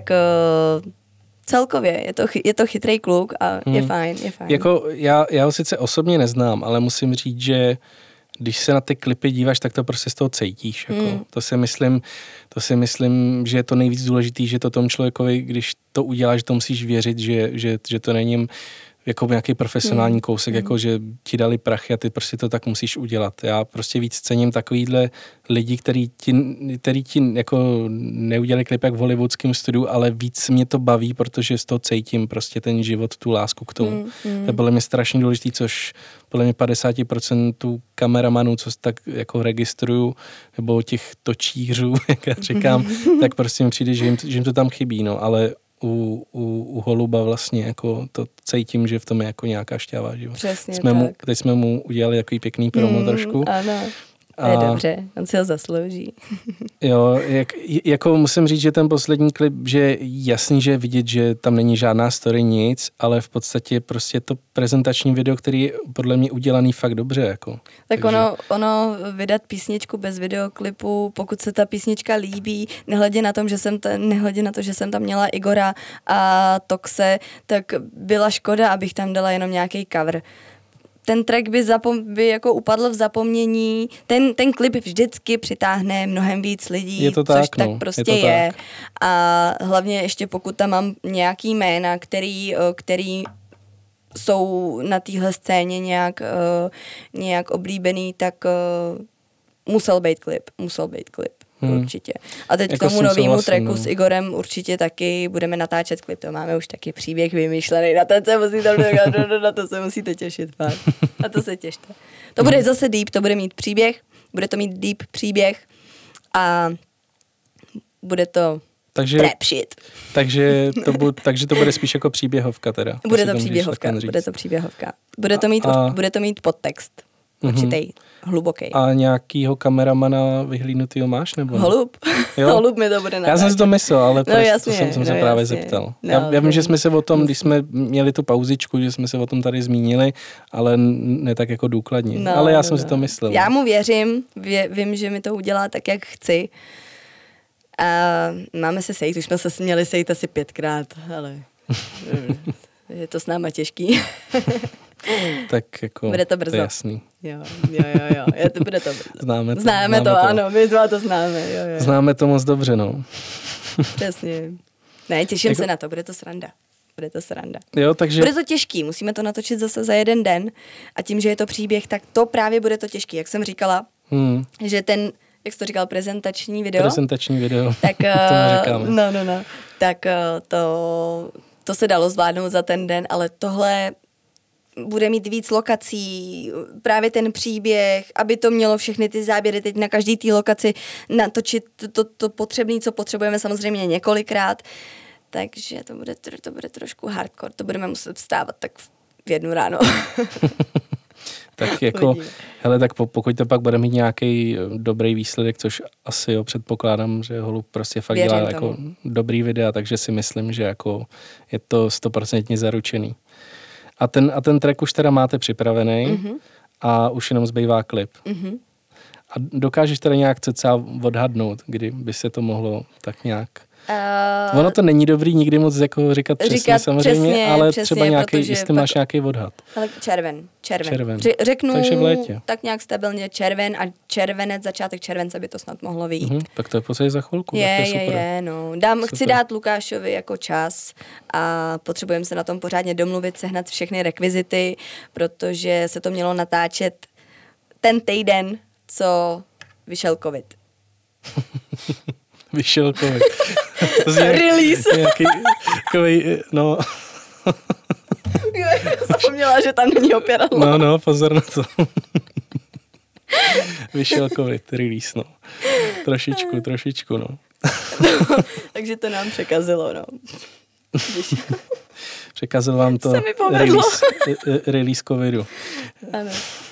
S2: celkově je to chytrý kluk a je fajn.
S1: Jako já ho sice osobně neznám, ale musím říct, že když se na ty klipy díváš, tak to prostě z toho cítíš. Jako. To si myslím, že je to nejvíc důležitý, že to tomu člověkovi, když to uděláš, že to musíš věřit, že to není jako nějaký profesionální kousek, jako že ti dali prachy a ty prostě to tak musíš udělat. Já prostě víc cením takovýhle lidi, který ti jako neudělali klip jak v hollywoodském studiu, ale víc mě to baví, protože z toho cítím prostě ten život, tu lásku k tomu. To je podle mě strašně důležitý, což podle mě 50% kameramanů, co tak jako registruju, nebo těch točířů, jak já říkám, tak prostě mi přijde, že jim to tam chybí, no, ale u Holuba vlastně jako to cítím, že v tom je jako nějaká šťáva, že?
S2: Přesně
S1: teď jsme mu udělali takový pěkný promo trošku.
S2: Ano, to je dobře, on si ho zaslouží.
S1: Jo, jako musím říct, že ten poslední klip, že je jasný, že je vidět, že tam není žádná story, nic, ale v podstatě prostě to prezentační video, který je podle mě udělaný fakt dobře, jako.
S2: Tak ono vydat písničku bez videoklipu, pokud se ta písnička líbí, nehledě na to, že jsem tam měla Igora a Toxe, tak byla škoda, abych tam dala jenom nějaký cover. ten track by jako upadl v zapomnění. Ten klip vždycky přitáhne mnohem víc lidí,
S1: je to tak,
S2: což tak prostě je. A hlavně ještě pokud tam mám nějaký jména, který jsou na téhle scéně nějak oblíbený, tak musel být klip. Určitě. A teď
S1: jako
S2: k tomu novému tracku s Igorem určitě taky budeme natáčet klip, to máme už taky příběh vymyšlený, na to se musíte těšit, fakt. Na to se těšte. To bude zase deep, to bude mít příběh, bude to mít deep příběh a bude to trap shit.
S1: Takže to bude spíš jako příběhovka teda.
S2: Bude to příběhovka. Bude to mít podtext. Určitej, hluboký.
S1: A nějakýho kameramana vyhlídnutýho máš? Nebo?
S2: Holub. Holub mi to bude natáčet.
S1: Já jsem si to myslel, ale
S2: jasně,
S1: to jsem se právě zeptal. Já vím, že jsme se o tom, když jsme měli tu pauzičku, že jsme se o tom tady zmínili, ale ne tak jako důkladně. Ale já jsem si to myslel.
S2: Já mu věřím, vím, že mi to udělá tak, jak chci. A máme se sejít, už jsme se měli sejít asi 5krát, ale je to s náma těžký.
S1: Tak jako,
S2: bude to brzo.
S1: To je jasný.
S2: Jo, bude to brzo.
S1: Známe to,
S2: ano, my dva to známe. Jo.
S1: Známe to moc dobře, no.
S2: Přesně. Ne, těším se na to, bude to sranda.
S1: Jo, takže...
S2: Bude to těžký, musíme to natočit zase za jeden den a tím, že je to příběh, tak to právě bude to těžký. Jak jsem říkala, že ten, jak jsi to říkal, prezentační video, tak,
S1: to říkáme.
S2: No. Tak to se dalo zvládnout za ten den, ale tohle bude mít víc lokací, právě ten příběh, aby to mělo všechny ty záběry teď na každý té lokaci natočit to potřebné, co potřebujeme samozřejmě několikrát. Takže to bude trošku hardcore, to budeme muset vstávat tak v 1 ráno.
S1: Tak jako, hele, tak pokud to pak bude mít nějaký dobrý výsledek, což asi jo, předpokládám, že Holub prostě fakt dělá jako dobrý videa, takže si myslím, že jako je to 100% zaručený. A ten track už teda máte připravený a už jenom zbývá klip. A dokážeš teda nějak cca odhadnout, kdy by se to mohlo tak nějak... Ono to není dobrý nikdy moc jako říkat přesně samozřejmě, ale třeba nějaký, jestli máš nějaký odhad.
S2: Ale červen. Řeknu
S1: takže v létě.
S2: Tak nějak stabilně červen a začátek července by to snad mohlo vyjít.
S1: Tak to je posledně za chvilku.
S2: No. Chci dát Lukášovi jako čas a potřebujeme se na tom pořádně domluvit, sehnat všechny rekvizity, protože se to mělo natáčet ten týden, co vyšel covid.
S1: Vyšel covid.
S2: Release.
S1: Nějaký takovej, no.
S2: Zapomněla, že tam není opěradlo.
S1: No, pozor na to. Vyšel covid, release, no. Trošičku, no.
S2: Takže to nám překazilo, no.
S1: Překazil vám to release covidu.
S2: Ano.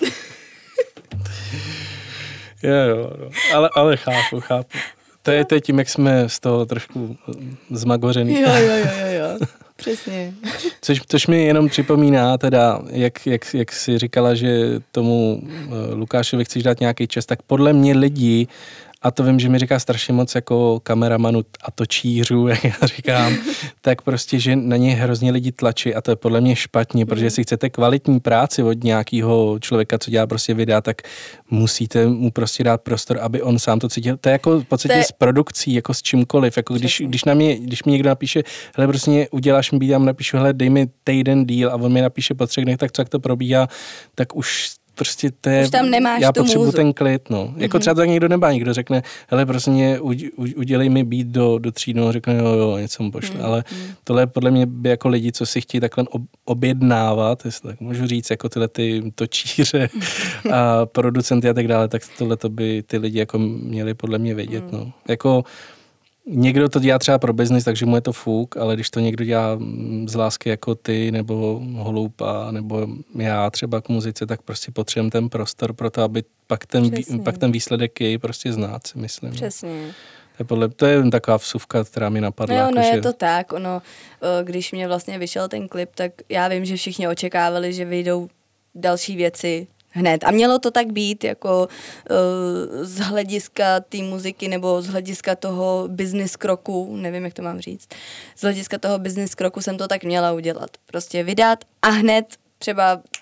S1: Jo, no. Ale chápu. To je tím, jak jsme z toho trošku zmagořený.
S2: Jo. Přesně.
S1: Což mi jenom připomíná teda, jak jsi říkala, že tomu Lukášovi chceš dát nějaký čas, tak podle mě lidi, a to vím, že mi říká strašně moc jako kameramanu a točířů, jak já říkám, tak prostě, že na něj hrozně lidi tlačí a to je podle mě špatně, protože jestli chcete kvalitní práci od nějakého člověka, co dělá prostě videa, tak musíte mu prostě dát prostor, aby on sám to cítil. To je jako v podstatě s produkcí, jako s čímkoliv, jako když mi někdo napíše, hele, prostě uděláš mi beat, já mu napíšu, hele, dej mi týden díl a on mi napíše po 3 dnech, tak co jak to probíhá, tak už prostě to je,
S2: už tam nemáš
S1: já
S2: tu
S1: potřebuji
S2: můzu.
S1: ten klid, no. Jako třeba tak někdo nemá, někdo řekne, hele, prostě udělej mi beat do 3 dnů, řekne, jo, něco mu pošle, ale tohle je podle mě by jako lidi, co si chtějí takhle objednávat, jestli tak můžu říct, jako tyhle ty točíře a producenty a tak dále, tak tohle to by ty lidi jako měli podle mě vědět, no. Jako někdo to dělá třeba pro biznis, takže mu je to fuk, ale když to někdo dělá z lásky jako ty, nebo Holub, nebo já třeba k muzice, tak prostě potřebujeme ten prostor pro to, aby pak ten výsledek je prostě znát, si myslím.
S2: Přesně.
S1: To je taková vsuvka, která mi napadla.
S2: No, je to tak. Když mě vlastně vyšel ten klip, tak já vím, že všichni očekávali, že vyjdou další věci hned. A mělo to tak být, jako z hlediska té muziky nebo z hlediska toho business kroku, nevím, jak to mám říct, z hlediska toho business kroku jsem to tak měla udělat. Prostě vydat a hned třeba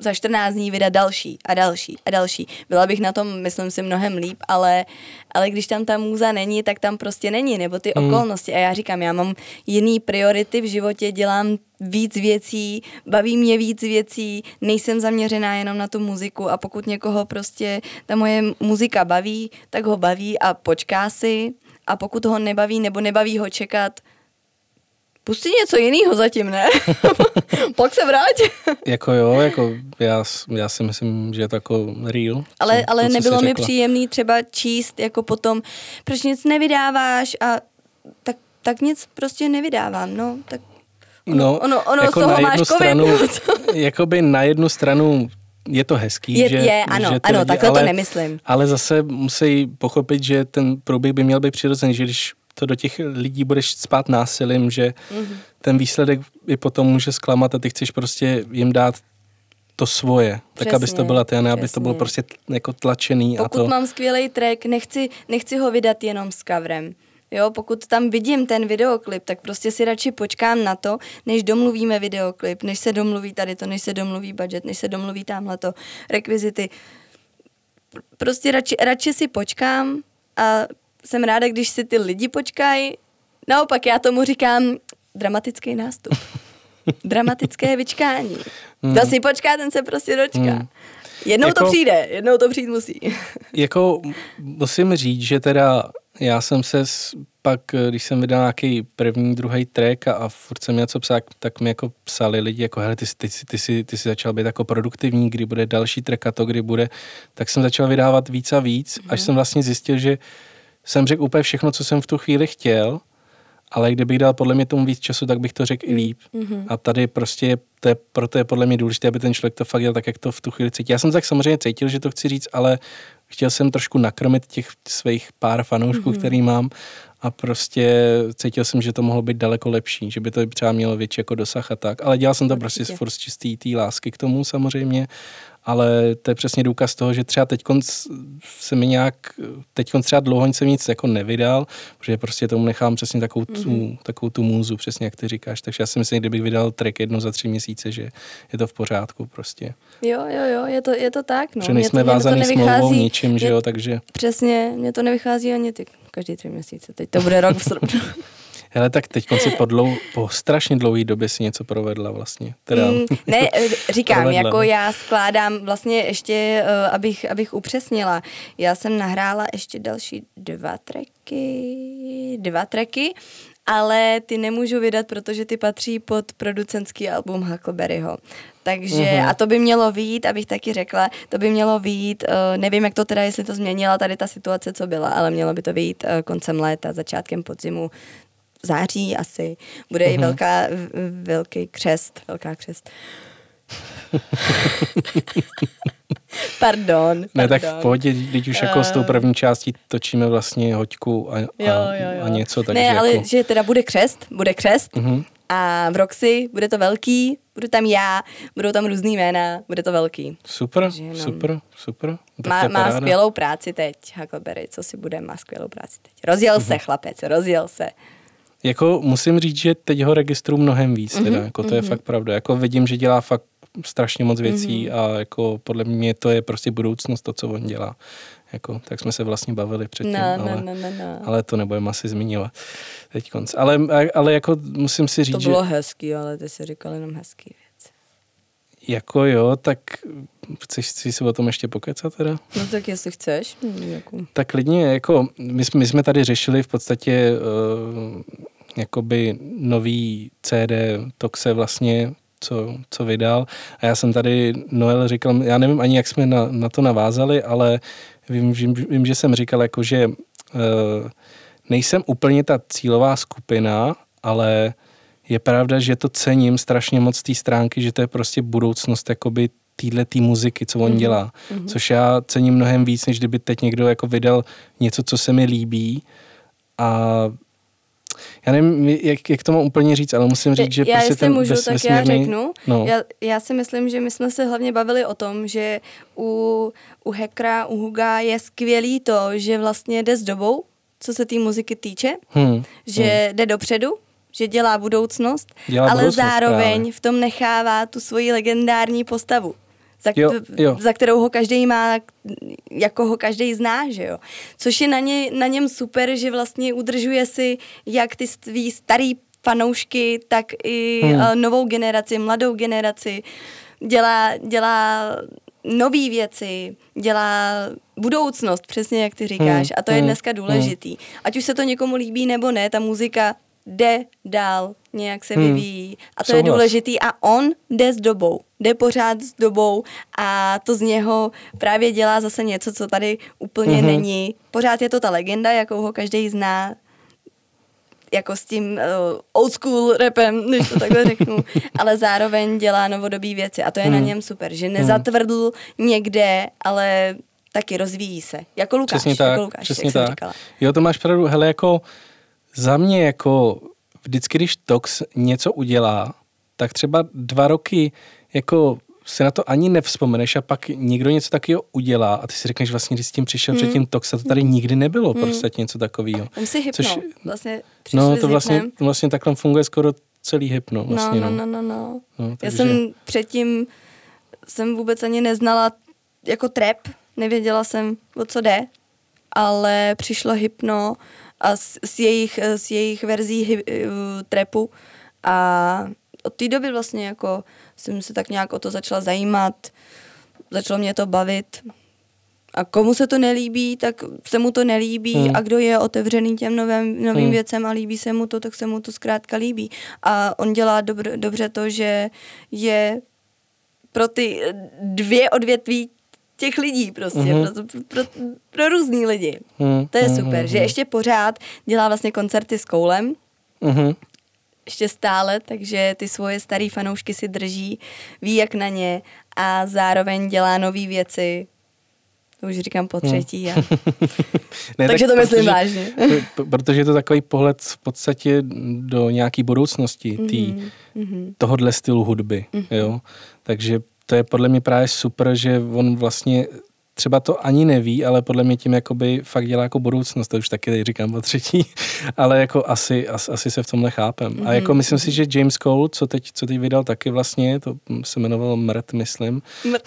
S2: za 14 dní vydat další a další a další. Byla bych na tom, myslím si, mnohem líp, ale když tam ta můza není, tak tam prostě není, nebo ty okolnosti. A já říkám, já mám jiný priority v životě, dělám víc věcí, baví mě víc věcí, nejsem zaměřená jenom na tu muziku a pokud někoho prostě ta moje muzika baví, tak ho baví a počká si a pokud ho nebaví nebo nebaví ho čekat, pusti něco jiného zatím, ne? Pak se vrať.
S1: Jako jo, jako já si myslím, že je to jako real.
S2: Ale nebylo mi příjemný třeba číst jako potom, proč nic nevydáváš a tak nic prostě nevydávám, no, tak ono jako z toho máš covid.
S1: Jakoby na jednu stranu je to hezký,
S2: ano, takhle to nemyslím.
S1: Ale zase musí pochopit, že ten průběh by měl být přirozený, že když to do těch lidí budeš spát násilím, že ten výsledek i potom může zklamat a ty chceš prostě jim dát to svoje, přesně, tak abys to byla ty, a ne abys to bylo prostě jako tlačený.
S2: Pokud mám skvělej track, nechci ho vydat jenom s coverem. Jo, pokud tam vidím ten videoklip, tak prostě si radši počkám na to, než domluvíme videoklip, než se domluví tady to, než se domluví budget, než se domluví tamhleto, rekvizity. Prostě radši si počkám a jsem ráda, když si ty lidi počkají. Naopak já tomu říkám dramatický nástup. Dramatické vyčkání. Kdo si počká, ten se prostě dočká. Jednou to přijde, jednou to přijít musí.
S1: Jako musím říct, že teda já jsem se pak, když jsem vydal nějaký první, druhý track a furt jsem něco psal, tak mi jako psali lidi, jako hele, ty jsi začal být jako produktivní, kdy bude další track a to, kdy bude, tak jsem začal vydávat víc a víc, až jsem vlastně zjistil, že jsem řekl úplně všechno, co jsem v tu chvíli chtěl, ale kdybych dal podle mě tomu víc času, tak bych to řekl i líp. A tady prostě proto je podle mě důležité, aby ten člověk to fakt dělal tak, jak to v tu chvíli cítí. Já jsem tak samozřejmě cítil, že to chci říct, ale chtěl jsem trošku nakrmit těch svých pár fanoušků, který mám, a prostě cítil jsem, že to mohlo být daleko lepší, že by to třeba mělo větší jako dosah a tak. Ale dělal jsem to prostě furt z čistý té lásky k tomu samozřejmě. Ale to je přesně důkaz toho, že třeba teďkon třeba dlouho jsem nic jako nevydal, protože prostě tomu nechám přesně takovou tu můzu, přesně jak ty říkáš. Takže já si myslím, kdybych vydal track jednou za 3 měsíce, že je to v pořádku prostě.
S2: Jo, je to tak, no.
S1: Protože nejsme vázaný smlouvou ničím, že jo, takže...
S2: Přesně, mě to nevychází ani každý 3 měsíce, teď to bude rok v srpnu.
S1: Hele, tak teď si po strašně dlouhé době si něco provedla vlastně. Teda,
S2: říkám, jako já skládám vlastně ještě, abych upřesnila. Já jsem nahrála ještě další 2 tracky, ale ty nemůžu vydat, protože ty patří pod producentský album Huckleberryho. Takže, a to by mělo vyjít, abych taky řekla, to by mělo vyjít, nevím, jak to teda, jestli to změnila tady ta situace, co byla, ale mělo by to vyjít koncem léta, začátkem podzimu, v září asi. Bude i velká křest. Pardon.
S1: Ne, tak v pohodě, když už jako s tou první částí točíme vlastně hoďku a něco, takže
S2: ne, ale
S1: jako...
S2: že teda bude křest a v Roxy bude to velký, budu tam já, budou tam různý jména, bude to velký.
S1: Super.
S2: Má skvělou práci teď, Huckleberry, co si bude, má skvělou práci teď. Rozjel se.
S1: Jako musím říct, že teď ho registruju mnohem víc, teda, jako to je fakt pravda. Jako vidím, že dělá fakt strašně moc věcí a jako podle mě to je prostě budoucnost, to, co on dělá. Jako, tak jsme se vlastně bavili předtím, ale to nebudeme asi zmiňovat teď konc. Ale jako musím si říct,
S2: to bylo hezký, ale ty jsi říkal jenom hezký věc.
S1: Jako jo, tak chceš si o tom ještě pokecat teda?
S2: No tak jestli chceš.
S1: Tak klidně, jako my jsme tady řešili v podstatě jakoby nový CD Toxe vlastně, co vydal. A já jsem tady Noel říkal, já nevím ani, jak jsme na to navázali, ale vím, že jsem říkal, jako, že nejsem úplně ta cílová skupina, ale je pravda, že to cením strašně moc té stránky, že to je prostě budoucnost jakoby tý muziky, co on dělá. Což já cením mnohem víc, než kdyby teď někdo jako vydal něco, co se mi líbí. A já nevím, jak to mám úplně říct, ale musím říct, že prostě ten
S2: můžu, tak já řeknu. No. Já si myslím, že my jsme se hlavně bavili o tom, že u Hackera, u Huga je skvělý to, že vlastně jde s dobou, co se té muziky týče, že jde dopředu, že dělá budoucnost, ale zároveň právě v tom nechává tu svoji legendární postavu. za kterou ho každý má, jako ho každý zná, že jo. Což je na něm super, že vlastně udržuje si jak ty svý starý fanoušky, tak i novou generaci, mladou generaci. Dělá nový věci, dělá budoucnost, přesně jak ty říkáš. A to je dneska důležitý. Ať už se to někomu líbí nebo ne, ta muzika jde dál, nějak se vyvíjí. A to je důležitý. A on jde s dobou. Jde pořád s dobou a to z něho právě dělá zase něco, co tady úplně není. Pořád je to ta legenda, jakou ho každý zná, jako s tím old school rapem, když to takhle řeknu, ale zároveň dělá novodobý věci a to je na něm super, že nezatvrdl někde, ale taky rozvíjí se. Jako Lukáš,
S1: přesně tak,
S2: jako Lukáš,
S1: přesně
S2: jak
S1: tak.
S2: jsem říkala.
S1: Jo, to máš pravdu, hele, jako za mě jako vždycky, když Tox něco udělá, tak třeba 2 roky jako se na to ani nevzpomeneš a pak někdo něco takového udělá a ty si řekneš vlastně, když s tím přišel předtím Tox, a to tady nikdy nebylo, prostě něco takového.
S2: On si hypno, vlastně
S1: no, to vlastně takhle funguje skoro celý hypno. Vlastně,
S2: no, takže... Já jsem předtím vůbec ani neznala jako trap, nevěděla jsem, o co jde, ale přišlo hypno a s jejich verzí trapu a od té doby vlastně jako jsem se tak nějak o to začala zajímat, začalo mě to bavit a komu se to nelíbí, tak se mu to nelíbí a kdo je otevřený těm novým věcem a líbí se mu to, tak se mu to zkrátka líbí. A on dělá dobře to, že je pro ty 2 odvětví těch lidí prostě, pro různý lidi. To je super, že ještě pořád dělá vlastně koncerty s Koulem, ještě stále, takže ty svoje starý fanoušky si drží, ví jak na ně a zároveň dělá nový věci. To už říkám po třetí.
S1: Ne,
S2: takže to myslím vážně.
S1: Protože je to takový pohled v podstatě do nějaký budoucnosti tohodle stylu hudby. Jo? Takže to je podle mě právě super, že on vlastně třeba to ani neví, ale podle mě tím jakoby fakt dělá jako budoucnost, to už taky říkám po třetí, ale jako asi se v tomhle chápem. A jako myslím si, že James Cole, co teď vydal taky vlastně, to se jmenovalo Mrt, myslím,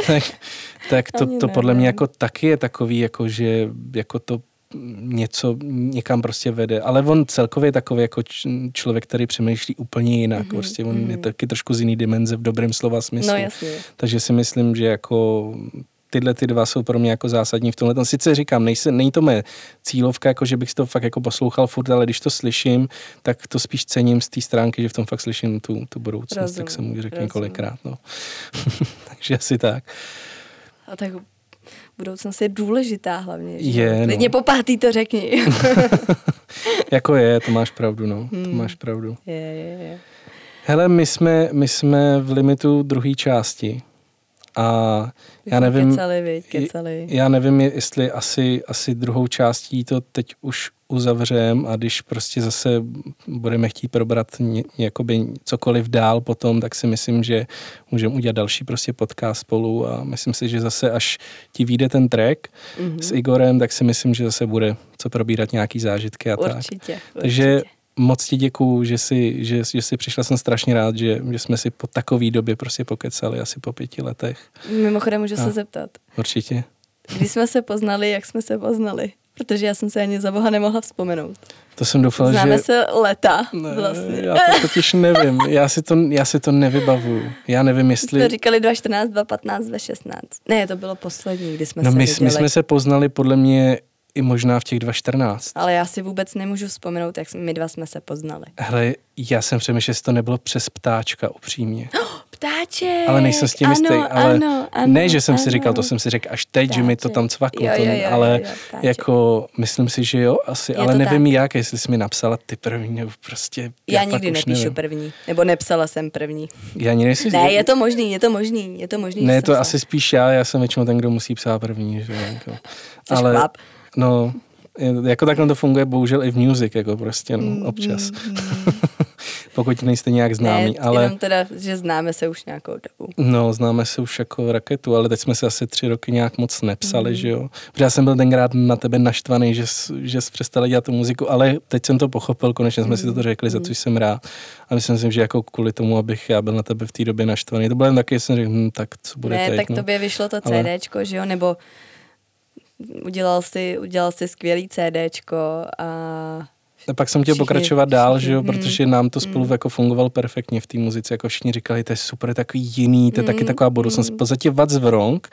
S1: tak to podle mě jako taky je takový, jako že jako to něco někam prostě vede. Ale on celkově je takový jako člověk, který přemýšlí úplně jinak. Prostě on je taky trošku z jiný dimenze v dobrém slova smyslu.
S2: No jasně.
S1: Takže si myslím, že jako tyhle ty 2 jsou pro mě jako zásadní v tomhle. Sice říkám, není to mé cílovka, jako že bych si to fakt jako poslouchal furt, ale když to slyším, tak to spíš cením z té stránky, že v tom fakt slyším tu budoucnost, tak jsem mu řekl několikrát. No. Takže asi tak.
S2: A tak budoucnost je důležitá hlavně. Že?
S1: Je, no.
S2: Klidně po 5. to řekni.
S1: Jako je, to máš pravdu, no. To máš pravdu.
S2: Je.
S1: Hele, my jsme v limitu 2. části. A já nevím,
S2: kecali.
S1: Já nevím, jestli asi 2. částí to teď už uzavřem a když prostě zase budeme chtít probrat jakoby cokoliv dál potom, tak si myslím, že můžeme udělat další prostě podcast spolu a myslím si, že zase až ti vyjde ten track s Igorem, tak si myslím, že zase bude co probírat nějaký zážitky a tak.
S2: Určitě.
S1: Takže moc ti děkuju, že jsi přišla, jsem strašně rád, že jsme si po takové době prostě pokecali, asi po 5 letech.
S2: Mimochodem můžu se zeptat.
S1: Určitě.
S2: Když jsme se poznali, jak jsme se poznali? Protože já jsem se ani za boha nemohla vzpomenout.
S1: To jsem doufal,
S2: Známe se léta vlastně.
S1: Já to totiž nevím. Já si to nevybavuju. Já nevím, jestli...
S2: Jsme říkali 2014, 2015, 2016. Ne, to bylo poslední, kdy jsme se viděli.
S1: My jsme se poznali podle mě i možná v těch 2014.
S2: Ale já si vůbec nemůžu vzpomenout, jak my 2 jsme se poznali.
S1: Hele, já jsem přemýšlel, jestli to nebylo přes Ptáčka, upřímně.
S2: Ptáček!
S1: Ale nejsem s tím jistý.
S2: Ano,
S1: ne, že jsem si říkal, to jsem si řekl až teď, Ptáček. Že mi to tam cvaklo. Ale jako, myslím si, že jo, asi, je ale nevím tak. Jak, jestli jsi mi napsala ty první, nebo prostě...
S2: Já nikdy nepíšu první, nebo nepsala jsem první.
S1: Já ani nejsi...
S2: Ne, je to možný.
S1: Ne, to asi spíš já jsem většinou ten, kdo musí psát první, že jako.
S2: Což chlap.
S1: No, Jako takhle to funguje bohužel i v music, jako prostě, no, občas. Pokud nejste nějak známý,
S2: ne,
S1: ale...
S2: jenom teda, že známe se už nějakou dobu.
S1: No, známe se už jako raketu, ale teď jsme se asi 3 roky nějak moc nepsali, že jo. Protože já jsem byl tenkrát na tebe naštvaný, že jsi přestala dělat tu muziku, ale teď jsem to pochopil, konečně jsme si to řekli, za což jsem rád. A myslím si, že jako kvůli tomu, abych já byl na tebe v té době naštvaný. To bylo jen taky, že jsem řekl, tak co bude teď,
S2: tak tobě vyšlo to CDčko, že jo, nebo udělal jsi skvělý CDčko a
S1: pak jsem chtěl pokračovat dál, že jo, protože nám to spolu jako fungovalo perfektně v té muzice, jako všichni říkali, to je super, takový jiný, to je taky taková budoucnost. V podstatě What's Wrong,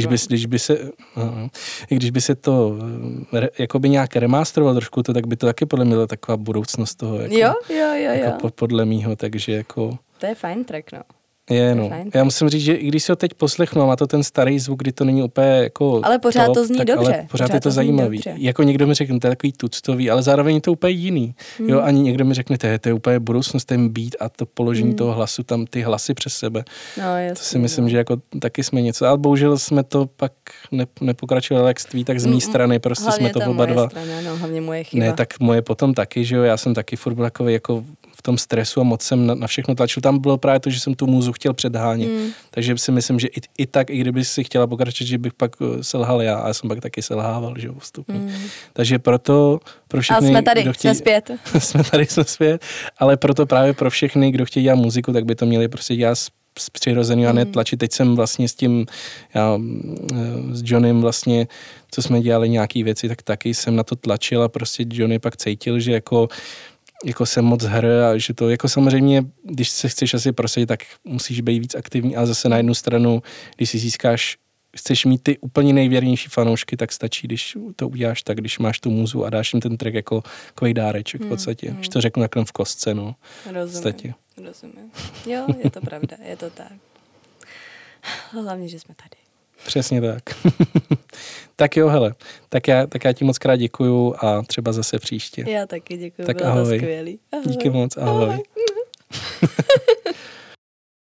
S1: když by se to jakoby nějak remasteroval trošku, tak by to taky podle mě byla taková budoucnost toho, jako,
S2: jo.
S1: Jako podle mýho, takže jako...
S2: To je fajn track, no.
S1: Je, no. Já musím říct, že i když si ho teď poslechnu a má to ten starý zvuk, kdy to není úplně jako...
S2: Ale pořád
S1: top,
S2: to zní
S1: tak,
S2: dobře.
S1: Ale pořád je to zajímavý. Jako někdo mi řekne, to je takový tuctový, ale zároveň je to úplně jiný. Jo, ani někdo mi řekne, to je úplně budoucnost, ten beat a to položení toho hlasu, tam ty hlasy přes sebe.
S2: No, jasný,
S1: to si myslím, že jako taky jsme něco, ale bohužel jsme to pak nepokračovali jak z tvý, tak z mý strany, prostě
S2: hlavně
S1: jsme to oba dva.
S2: No, hlavně moje chyba.
S1: Ne, tak moje potom taky, že jo, já jsem taky furt byl takový jako v tom stresu a moc jsem na všechno tlačil. Tam bylo právě to, že jsem tu můzu chtěl předhánět. Takže si myslím, že i tak, i kdyby si chtěla pokračovat, že bych pak selhal já, a já jsem pak taky selhával, že jo, postupně. Takže proto pro všechny,
S2: jsme tady, jsme zpět.
S1: jsme zpět, ale proto právě pro všechny, kdo chtějí dělat muziku, tak by to měli prostě dělat z přirozeného a netlačit. Teď jsem vlastně s Johnnym vlastně, co jsme dělali nějaký věci, tak taky jsem na to tlačil a prostě Johnny pak cítil, že jako jsem moc a že to jako samozřejmě, když se chceš asi prosadit, tak musíš být víc aktivní a zase na jednu stranu, když si chceš mít ty úplně nejvěrnější fanoušky, tak stačí, když to uděláš tak, když máš tu muzu a dáš jim ten track jako takový dáreček v podstatě. Když to řeknu takhle v kostce, no.
S2: Rozumím. Jo, je to pravda, je to tak. Hlavně, že jsme tady.
S1: Přesně tak. Tak jo, hele, tak já ti moc krát děkuju a třeba zase příště.
S2: Já taky děkuju,
S1: tak
S2: bylo
S1: ahoj.
S2: to skvělý. Ahoj.
S1: Díky moc, ahoj.